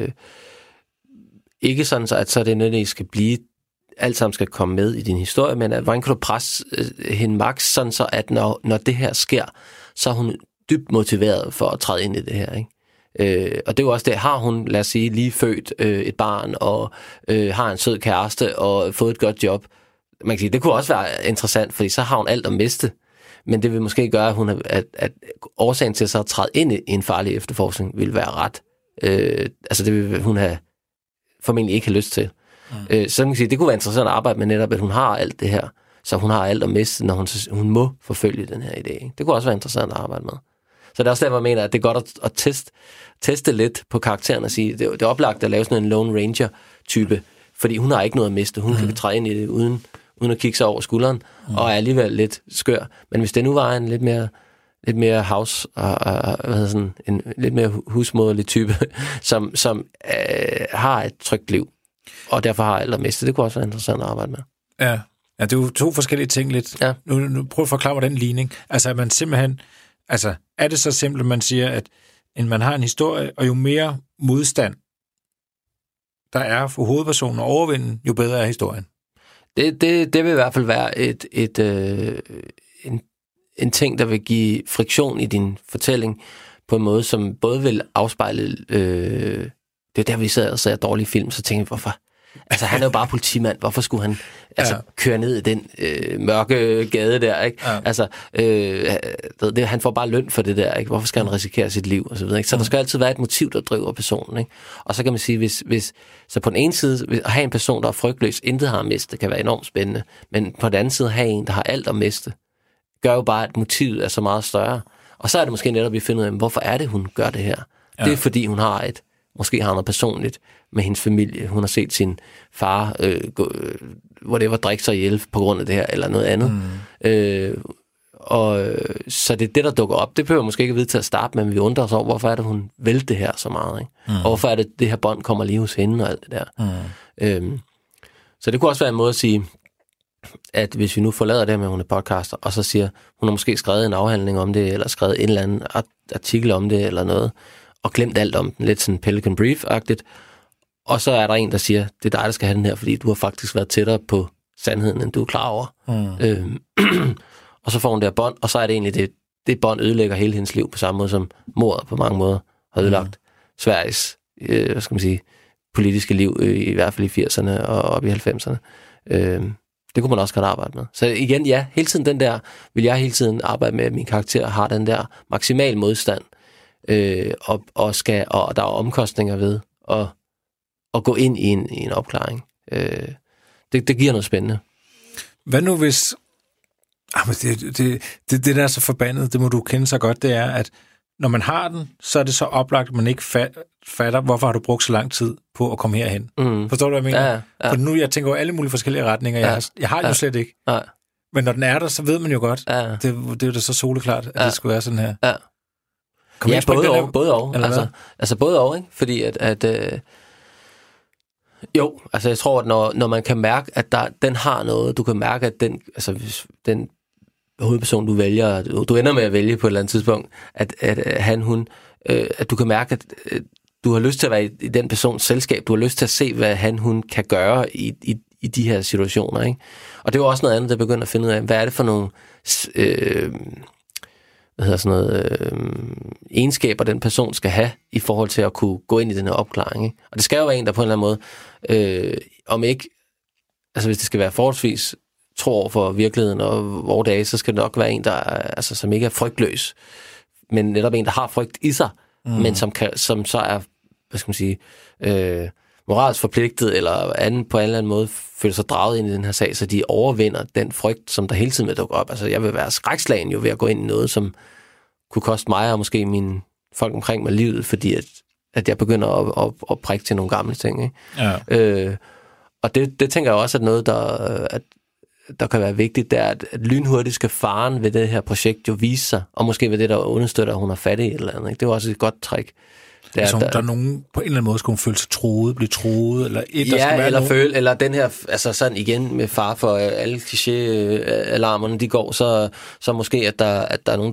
ikke sådan, at så det nødvendigt skal blive, alt sammen skal komme med i din historie, men hvordan kan du presse hende max, sådan så at når det her sker, så er hun dybt motiveret for at træde ind i det her, ikke? Og det er jo også det, har hun, lad os sige, lige født et barn, og har en sød kæreste, og fået et godt job. Man kan sige, det kunne også være interessant, fordi så har hun alt at miste, men det vil måske gøre, at årsagen til så at træde ind i en farlig efterforskning vil være ret. Altså det vil hun formentlig ikke have lyst til. Så man kan sige, det kunne være interessant at arbejde med netop, at hun har alt det her, så hun har alt at miste, når hun må forfølge den her idé. Ikke? Det kunne også være interessant at arbejde med. Så det er også der, hvor jeg mener, at det er godt at teste lidt på karakteren og sige, det er oplagt at lave sådan en Lone Ranger-type, fordi hun har ikke noget at miste. Hun kan træde ind i det uden at kigge sig over skulderen, og er alligevel lidt skør. Men hvis det nu var en lidt mere house, en lidt mere husmoderlig type, som har et trygt liv, og derfor har alt at miste, det kunne også være interessant at arbejde med. Ja, det er jo to forskellige ting lidt. Ja. Nu prøv at forklare mig den ligning. Altså, at man simpelthen, altså, er det så simpelt, at man siger, at man har en historie, og jo mere modstand der er for hovedpersonen at overvinde, jo bedre er historien. Det vil i hvert fald være en ting, der vil give friktion i din fortælling på en måde, som både vil afspejle... det er der, vi sidder og ser dårlige film, så tænker vi, hvorfor? Altså, han er jo bare politimand. Hvorfor skulle han køre ned i den mørke gade der, ikke? Ja. Altså, han får bare løn for det der, ikke? Hvorfor skal han risikere sit liv, og så videre, ikke? Så der skal altid være et motiv, der driver personen, ikke? Og så kan man sige, hvis så på den ene side, at have en person, der er frygtløs, intet har at miste, kan være enormt spændende, men på den anden side, at have en, der har alt at miste, gør jo bare, at motivet er så meget større. Og så er det måske netop, vi finder ud af, hvorfor er det, hun gør det her? Ja. Det er, fordi hun har måske har noget personligt med hendes familie. Hun har set sin far drikke sig ihjel på grund af det her, eller noget andet. Så det er det, der dukker op. Det behøver måske ikke at vide til at starte med, men vi undrer os over, hvorfor er det, hun vælger det her så meget, ikke? Og hvorfor er det her bånd kommer lige hos hende og alt det der. Så det kunne også være en måde at sige, at hvis vi nu forlader det her med, at hun er podcaster, og så siger, hun har måske skrevet en afhandling om det, eller skrevet en eller anden artikel om det, eller noget, og glemt alt om den, lidt sådan Pelican Brief-agtigt, Og så er der en, der siger, det er dig, der skal have den her, fordi du har faktisk været tættere på sandheden, end du er klar over. Og så får hun der bånd, og så er det egentlig det bånd ødelægger hele hendes liv på samme måde, som mordet på mange måder har ødelagt Sveriges, hvad skal man sige, politiske liv, i hvert fald i 80'erne og op i 90'erne. Det kunne man også godt arbejde med. Så igen, ja, hele tiden den der, vil jeg hele tiden arbejde med, at min karakter har den der maksimal modstand, og der er omkostninger ved at gå ind i en opklaring. Det giver noget spændende. Hvad nu hvis... Det der er så forbandet, det må du kende så godt, det er, at når man har den, så er det så oplagt, at man ikke fatter, hvorfor har du brugt så lang tid på at komme herhen. Forstår du, hvad jeg mener? Ja. For nu, jeg tænker over alle mulige forskellige retninger. Jeg har det jo slet ikke. Ja. Men når den er der, så ved man jo godt. Ja. Det er jo da så soleklart, at det skulle være sådan her. Ja, både og. Altså både og, ikke? Fordi jo, altså jeg tror, at når man kan mærke, at den har noget, du kan mærke, at den hovedperson, du vælger, du ender med at vælge på et eller andet tidspunkt, at at du kan mærke, at du har lyst til at være i den persons selskab, du har lyst til at se, hvad hun kan gøre i de her situationer, ikke? Og det er jo også noget andet, der begynder at finde ud af, hvad er det for nogle egenskaber, den person skal have, i forhold til at kunne gå ind i den her opklaring, ikke? Og det skal jo være en, der på en eller anden måde, om ikke, altså hvis det skal være forholdsvis tro over for virkeligheden og vores dage, så skal det nok være en, der som ikke er frygtløs, men netop en, der har frygt i sig, men som så er, hvad skal man sige, moralsk forpligtet, eller på en eller anden måde føler sig draget ind i den her sag, så de overvinder den frygt, som der hele tiden vil dukke op. Altså, jeg vil være skrækslagen jo ved at gå ind i noget, som kunne koste mig og måske mine folk omkring mig livet, fordi at jeg begynder at prikke til nogle gamle ting, ikke? Ja. Og det tænker jeg også, at noget, der kan være vigtigt, det er, at lynhurtigt skal faren ved det her projekt jo vise sig, og måske ved det, der understøtter, at hun er fattig i et eller andet, ikke? Det er også et godt trick. Altså, der er nogen på en eller anden måde, skal hun føle sig truet, blive truet, eller der skal være nogen... eller den her, altså sådan igen med far for alle kliché-alarmerne, de går, så måske, at der er nogen,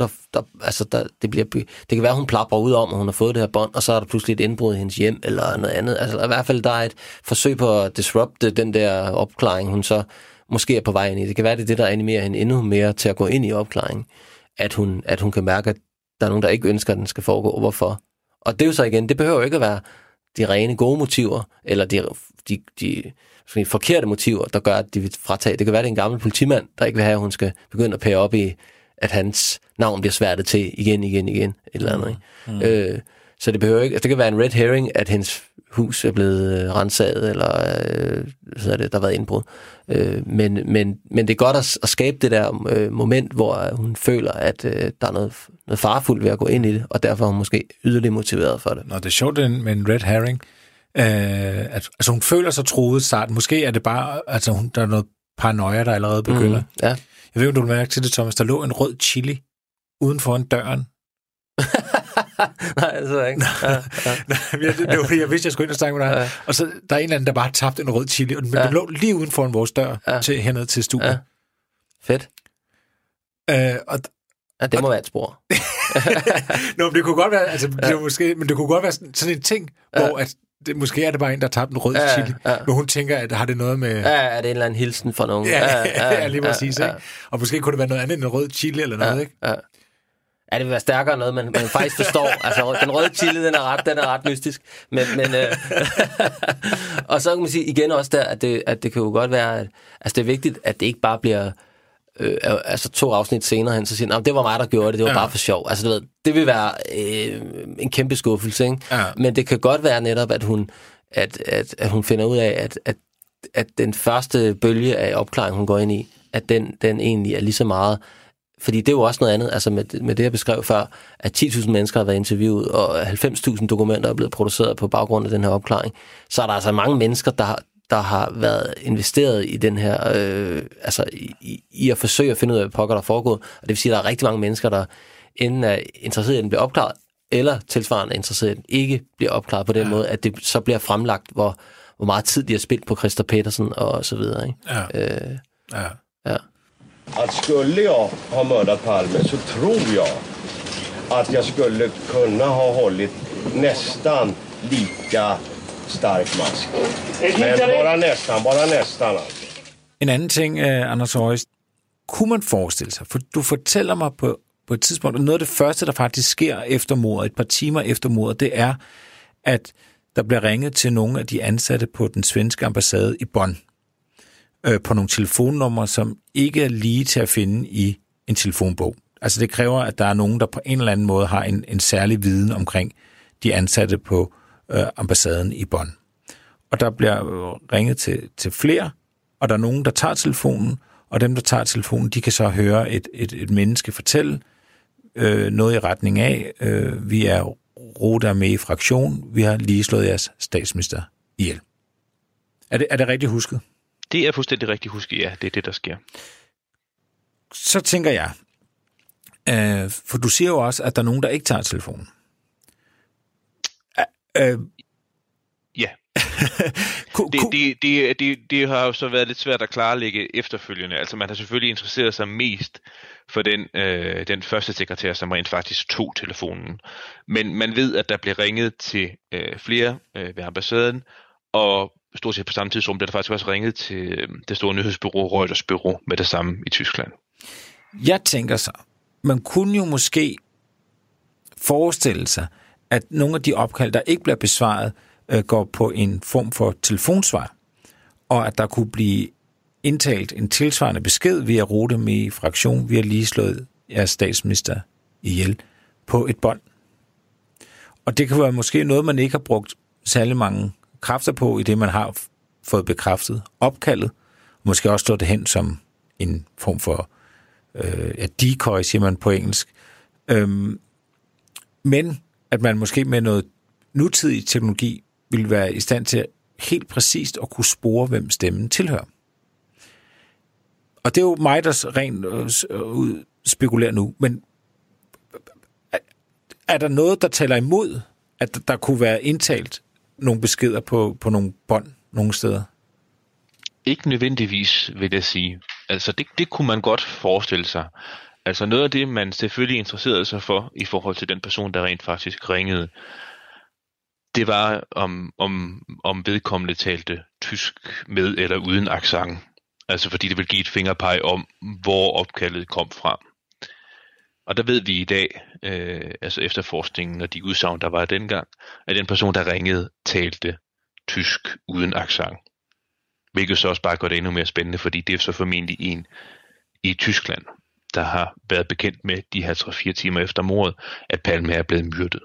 det kan være, hun plapper ud om, at hun har fået det her bånd, og så er der pludselig et indbrud i hendes hjem, eller noget andet. Altså i hvert fald, der er et forsøg på at disrupte den der opklaring, hun så måske er på vej ind i. Det kan være, det er det, der animerer hende endnu mere til at gå ind i opklaringen, at hun kan mærke, at der er nogen, der ikke ønsker, at den skal foregå, og hvorfor. Og det er jo så igen, det behøver jo ikke at være de rene gode motiver, eller de forkerte motiver, der gør, at de vil fratage. Det kan være, det er en gammel politimand, der ikke vil have, at hun skal begynde at pære op i, at hans navn bliver sværtet til igen, et eller andet. Ikke? Så det behøver ikke, altså det kan være en red herring, at hendes hus er blevet rensaget, eller der har været indbrud. Men det er godt at skabe det der moment, hvor hun føler, at der er noget farefuldt ved at gå ind i det, og derfor er hun måske yderligere motiveret for det. Nå, det er sjovt med en red herring. Altså hun føler sig truet i starten. Måske er det bare, altså der er noget paranoia, der allerede begynder. Ja. Jeg ved ikke, om du vil mærke til det, Thomas. Der lå en rød chili uden for en døren. Nej, det er ikke. Det var fordi, jeg vidste, jeg skulle ind og snakke med dig. Ja. Og så der er en eller anden, der bare har tabt en rød chili, men den lå lige uden for vores dør hernede til studiet. Ja. Fedt. Det må være et spor. Nå, men det kunne godt være, altså, det kunne godt være sådan en ting, hvor at måske er det bare en, der har tabt en rød chili, men hun tænker, at har det noget med... Ja, er det en eller anden hilsen for nogen? Ja, lige præcis, ikke? Og måske kunne det være noget andet end en rød chili eller noget, ikke? Ja, det vil være stærkere noget, man faktisk forstår. Altså, den røde chili, den er ret mystisk. Men og så kan man sige igen også der, at det kan jo godt være, at altså, det er vigtigt, at det ikke bare bliver 2 afsnit senere hen, så siger det var mig, der gjorde det var bare for sjov. Altså, du ved, det vil være en kæmpe skuffelse, ikke? Ja. Men det kan godt være netop, at hun finder ud af, at den første bølge af opklaring, hun går ind i, at den egentlig er lige så meget. Fordi det er jo også noget andet, altså med det, jeg beskrev før, at 10.000 mennesker har været interviewet, og 90.000 dokumenter er blevet produceret på baggrund af den her opklaring. Så er der altså mange mennesker, der har været investeret i den her, i at forsøge at finde ud af, hvad pokker der er foregået. Og det vil sige, at der er rigtig mange mennesker, der enten er interesseret i, at den bliver opklaret, eller tilsvarende interesseret i, at den ikke bliver opklaret på den måde, at det så bliver fremlagt, hvor meget tid de har spildt på Christer Petersen og så videre. Ikke? Ja. Att skulle jag ha mördat Palme så tror jag att jag skulle kunna ha hållit nästan lika stark mask. Men bara nästan alltså. En anden ting, Anders Højst, kunne man forestille sig, for du fortæller mig på et tidspunkt, og noget af det første, der faktisk sker efter mordet, et par timer efter mordet, det er, at der bliver ringet til nogle af de ansatte på den svenske ambassade i Bonn, på nogle telefonnumre, som ikke er lige til at finde i en telefonbog. Altså det kræver, at der er nogen, der på en eller anden måde har en særlig viden omkring de ansatte på ambassaden i Bonn. Og der bliver ringet til flere, og der er nogen, der tager telefonen, og dem, der tager telefonen, de kan så høre et menneske fortælle noget i retning af, vi er Rote Armé i fraktion, vi har lige slået jeres statsminister ihjel. Er det rigtigt husket? Det er fuldstændig rigtigt husket, ja. Det er det, der sker. Så tænker jeg, for du siger jo også, at der er nogen, der ikke tager telefonen. Ja. Det har jo så været lidt svært at klarlægge efterfølgende. Altså man har selvfølgelig interesseret sig mest for den første sekretær, som rent faktisk tog telefonen. Men man ved, at der blev ringet til flere ved ambassaden, og stort set på samme tidsrum blev der faktisk også ringet til det store nyhedsbureau Reuters bureau med det samme i Tyskland. Jeg tænker så, man kunne jo måske forestille sig, at nogle af de opkald, der ikke bliver besvaret, går på en form for telefonsvar, og at der kunne blive indtalt en tilsvarende besked via Rote Armé i fraktion, vi har lige slået jeres statsminister ihjel på et bånd. Og det kan være måske noget, man ikke har brugt særlig mange kræfter på, i det man har fået bekræftet opkaldet, måske også slået det hen som en form for decoy, siger man på engelsk. Men at man måske med noget nutidig teknologi ville være i stand til helt præcist at kunne spore, hvem stemmen tilhører. Og det er jo mig, der rent spekulerer nu, men er der noget, der taler imod, at der kunne være indtalt nogle beskeder på nogle bånd nogle steder? Ikke nødvendigvis, vil jeg sige. Altså det kunne man godt forestille sig. Altså noget af det, man selvfølgelig interesserede sig for i forhold til den person, der rent faktisk ringede, det var om vedkommende talte tysk med eller uden accent. Altså fordi det vil give et fingerpeg om, hvor opkaldet kom fra. Og der ved vi i dag, altså efterforskningen og de udsagn, der var dengang, at den person, der ringede, talte tysk uden accent. Hvilket så også bare gør det endnu mere spændende, fordi det er så formentlig en i Tyskland, der har været bekendt med de her 3-4 timer efter mordet, at Palme er blevet myrdet.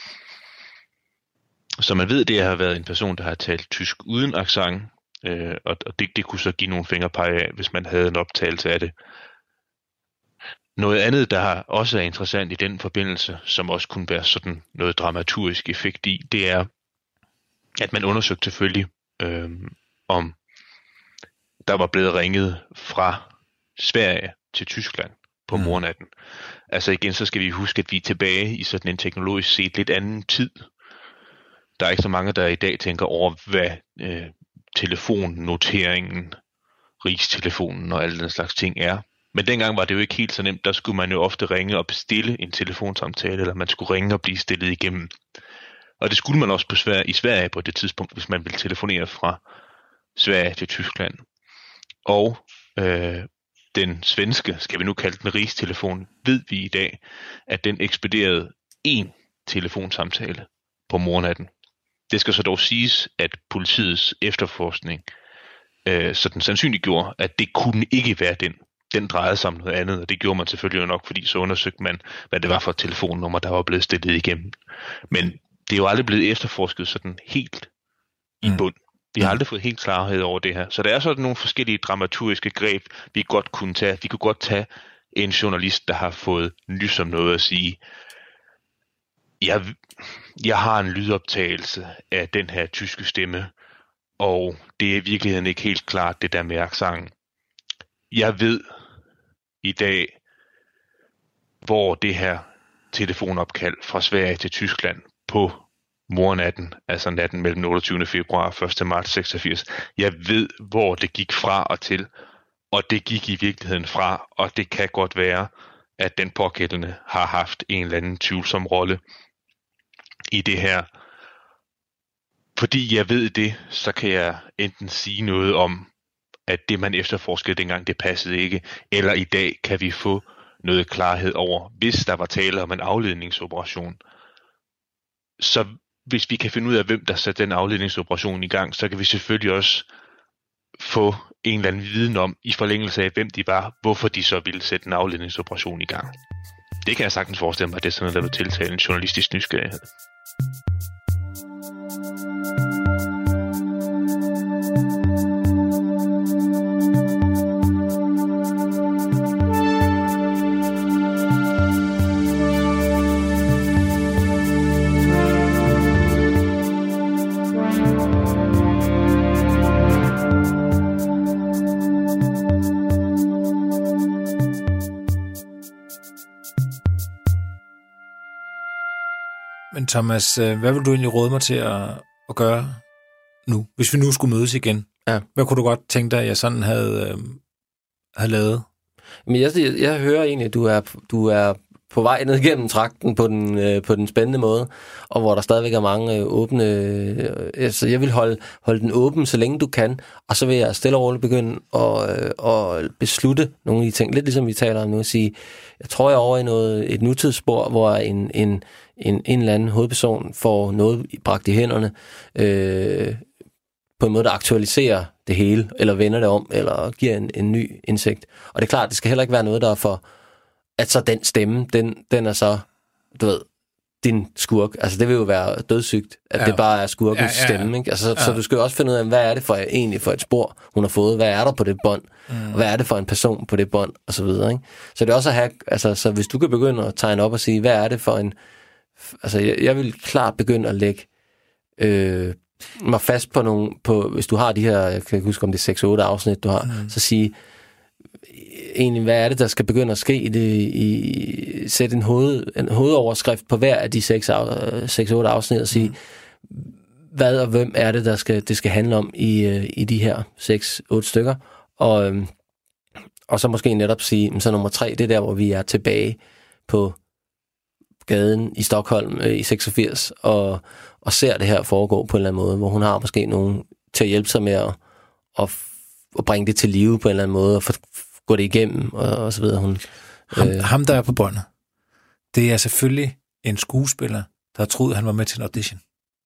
Så man ved, det har været en person, der har talt tysk uden accent, og det kunne så give nogle fingerpege af, hvis man havde en optagelse af det. Noget andet, der også er interessant i den forbindelse, som også kunne være sådan noget dramaturgisk effekt i, det er, at man undersøgte selvfølgelig, om der var blevet ringet fra Sverige til Tyskland på mordnatten. Altså igen, så skal vi huske, at vi er tilbage i sådan en teknologisk set lidt anden tid. Der er ikke så mange, der i dag tænker over, hvad telefonnoteringen, rigstelefonen og alle den slags ting er. Men dengang var det jo ikke helt så nemt. Der skulle man jo ofte ringe og bestille en telefonsamtale, eller man skulle ringe og blive stillet igennem. Og det skulle man også i Sverige på det tidspunkt, hvis man ville telefonere fra Sverige til Tyskland. Og den svenske, skal vi nu kalde den rigstelefon, ved vi i dag, at den ekspederede 1 telefonsamtale på mordnatten. Det skal så dog siges, at politiets efterforskning sådan sandsynliggjorde, at det kunne ikke være den. Den drejede sig om noget andet, og det gjorde man selvfølgelig jo nok, fordi så undersøgte man, hvad det var for et telefonnummer, der var blevet stillet igennem. Men det er jo aldrig blevet efterforsket sådan helt i bund. Vi har aldrig fået helt klarhed over det her. Så der er sådan nogle forskellige dramaturgiske greb, vi godt kunne tage. Vi kunne godt tage en journalist, der har fået nys om noget at sige, jeg har en lydoptagelse af den her tyske stemme, og det er i virkeligheden ikke helt klart, det der med accent. Jeg ved i dag, hvor det her telefonopkald fra Sverige til Tyskland på mordnatten, altså natten mellem 28. februar og 1. marts 86, jeg ved, hvor det gik fra og til, og det gik i virkeligheden fra, og det kan godt være, at den pågældende har haft en eller anden tvivlsom rolle i det her fordi jeg ved det, så kan jeg enten sige noget om, at det man efterforskede dengang, det passede ikke, eller i dag kan vi få noget klarhed over, hvis der var tale om en afledningsoperation. Så hvis vi kan finde ud af, hvem der satte den afledningsoperation i gang, så kan vi selvfølgelig også få en eller anden viden om, i forlængelse af, hvem de var, hvorfor de så ville sætte en afledningsoperation i gang. Det kan jeg sagtens forestille mig, at det er sådan noget, der vil tiltale en journalistisk nysgerrighed. Men Thomas, hvad vil du egentlig råde mig til at gøre nu? Hvis vi nu skulle mødes igen, hvad kunne du godt tænke dig, at jeg sådan havde lavet? Men jeg hører egentlig, at du er på vej ned gennem trakten på den spændende måde, og hvor der stadigvæk er mange åbne... Altså, jeg vil holde den åben, så længe du kan, og så vil jeg stille og roligt begynde at beslutte nogle af de ting. Lidt ligesom vi taler om nu, at sige, jeg tror, jeg er over i et nutidsspor, hvor en eller anden hovedperson får noget bragt i hænderne, på en måde, der aktualiserer det hele, eller vender det om, eller giver en ny indsigt. Og det er klart, det skal heller ikke være noget, der er for, at så den stemme, den er så, du ved, din skurk. Altså, det vil jo være dødssygt, at det bare er skurkens stemme, ikke? Altså, så du skal jo også finde ud af, hvad er det egentlig for et spor, hun har fået? Hvad er der på det bånd? Og hvad er det for en person på det bånd? Og så videre, ikke? Så det er også at have, altså, så hvis du kan begynde at tegne op og sige, hvad er det for en... Altså, jeg vil klart begynde at lægge mig fast på, hvis du har de her, jeg kan ikke huske, om det er 6-8 afsnit, du har, så sige, egentlig, hvad er det, der skal begynde at ske i det, sætte en hovedoverskrift på hver af de 6-8 afsnit, og sige, hvad og hvem er det, det skal handle om i de her 6-8 stykker, og så måske netop sige, så nummer 3, det er der, hvor vi er tilbage på gaden i Stockholm i 86, og ser det her foregå på en eller anden måde, hvor hun har måske nogen til at hjælpe sig med at bringe det til live på en eller anden måde, og gå det igennem, og så videre. Ham, der er på båndet, det er selvfølgelig en skuespiller, der troede, han var med til en audition.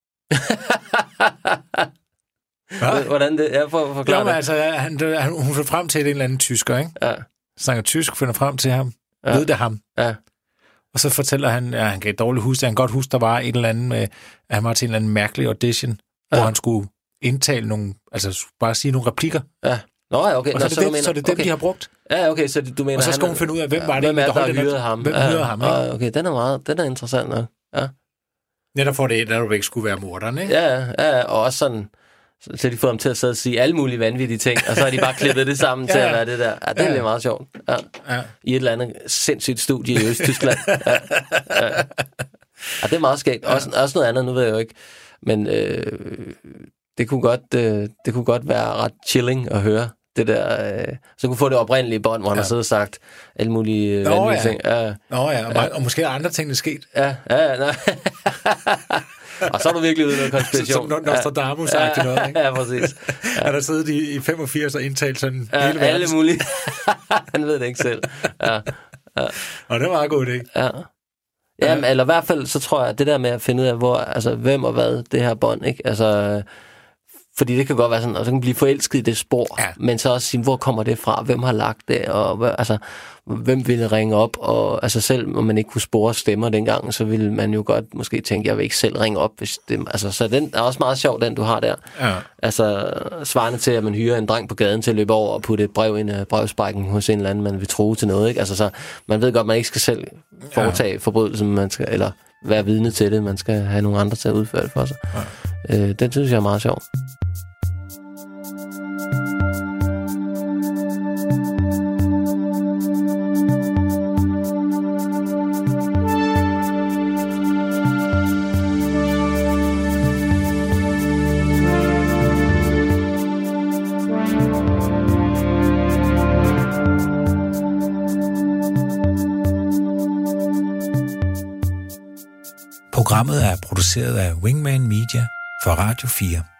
Hvordan det er, for at forklare det? Altså, hun finder frem til en eller anden tysker, ikke? Ja. Snakker tysk, finder frem til ham. Ved det ham. Ja. Og så fortæller han, at han kan et dårligt huske. Han kan godt huske, der var et eller andet med, at han var til en eller anden mærkelig audition, hvor han skulle indtale nogle, altså bare sige nogle replikker. Ja. Nå, ja, okay. Og så er det dem, de har brugt. Ja, okay, så du mener, og så skal hun finde ud af, hvem var det, der hyrede ham. Hvem hyrede ham, ikke? Okay, den er interessant nok. Ja. Netop for det, der ikke skulle være morderen, ikke? Ja, og også sådan, så de får dem til at sidde og sige alle mulige vanvittige ting, og så har de bare klippet det sammen til at være det der. Ja, det er lidt meget sjovt. Ja. I et eller andet sindssygt studie i Østtyskland. Ja, det er meget skægt. Også noget andet, nu ved jeg jo ikke, men det kunne godt være ret chilling at høre det der, så kunne få det oprindelige bånd, hvor han har siddet og sagt alle mulige vanvittige ting. Og måske er andre ting, der er sket. Ja. Og så er du virkelig ude i noget konspiration. Som Nostradamus-agtigt noget, ikke? Ja, præcis. Ja. Han har siddet i 85 og indtalt sådan hele verden. Alle mulige. Han ved det ikke selv. Ja. Og det var en god idé. Ja, eller i hvert fald, så tror jeg, at det der med at finde ud af, hvem og hvad det her bånd, ikke? Altså, fordi det kan godt være sådan, og så kan blive forelsket i det spor, men så også sige, hvor kommer det fra, hvem har lagt det, og hvem ville ringe op, og altså selv om man ikke kunne spore stemmer dengang, så ville man jo godt måske tænke, jeg vil ikke selv ringe op, hvis det, altså, så den er også meget sjov, den du har der. Ja. Altså, svarende til, at man hyrer en dreng på gaden til at løbe over og putte et brev ind i brevsprækken hos en eller anden, man vil tro til noget, ikke? Altså, så man ved godt, man ikke skal selv foretage forbrydelsen, man skal, eller være vidne til det, man skal have nogle andre til at udføre det for sig. Ja. Den synes jeg er meget sjov. Programmet er produceret af Wingman Media, for Radio 4.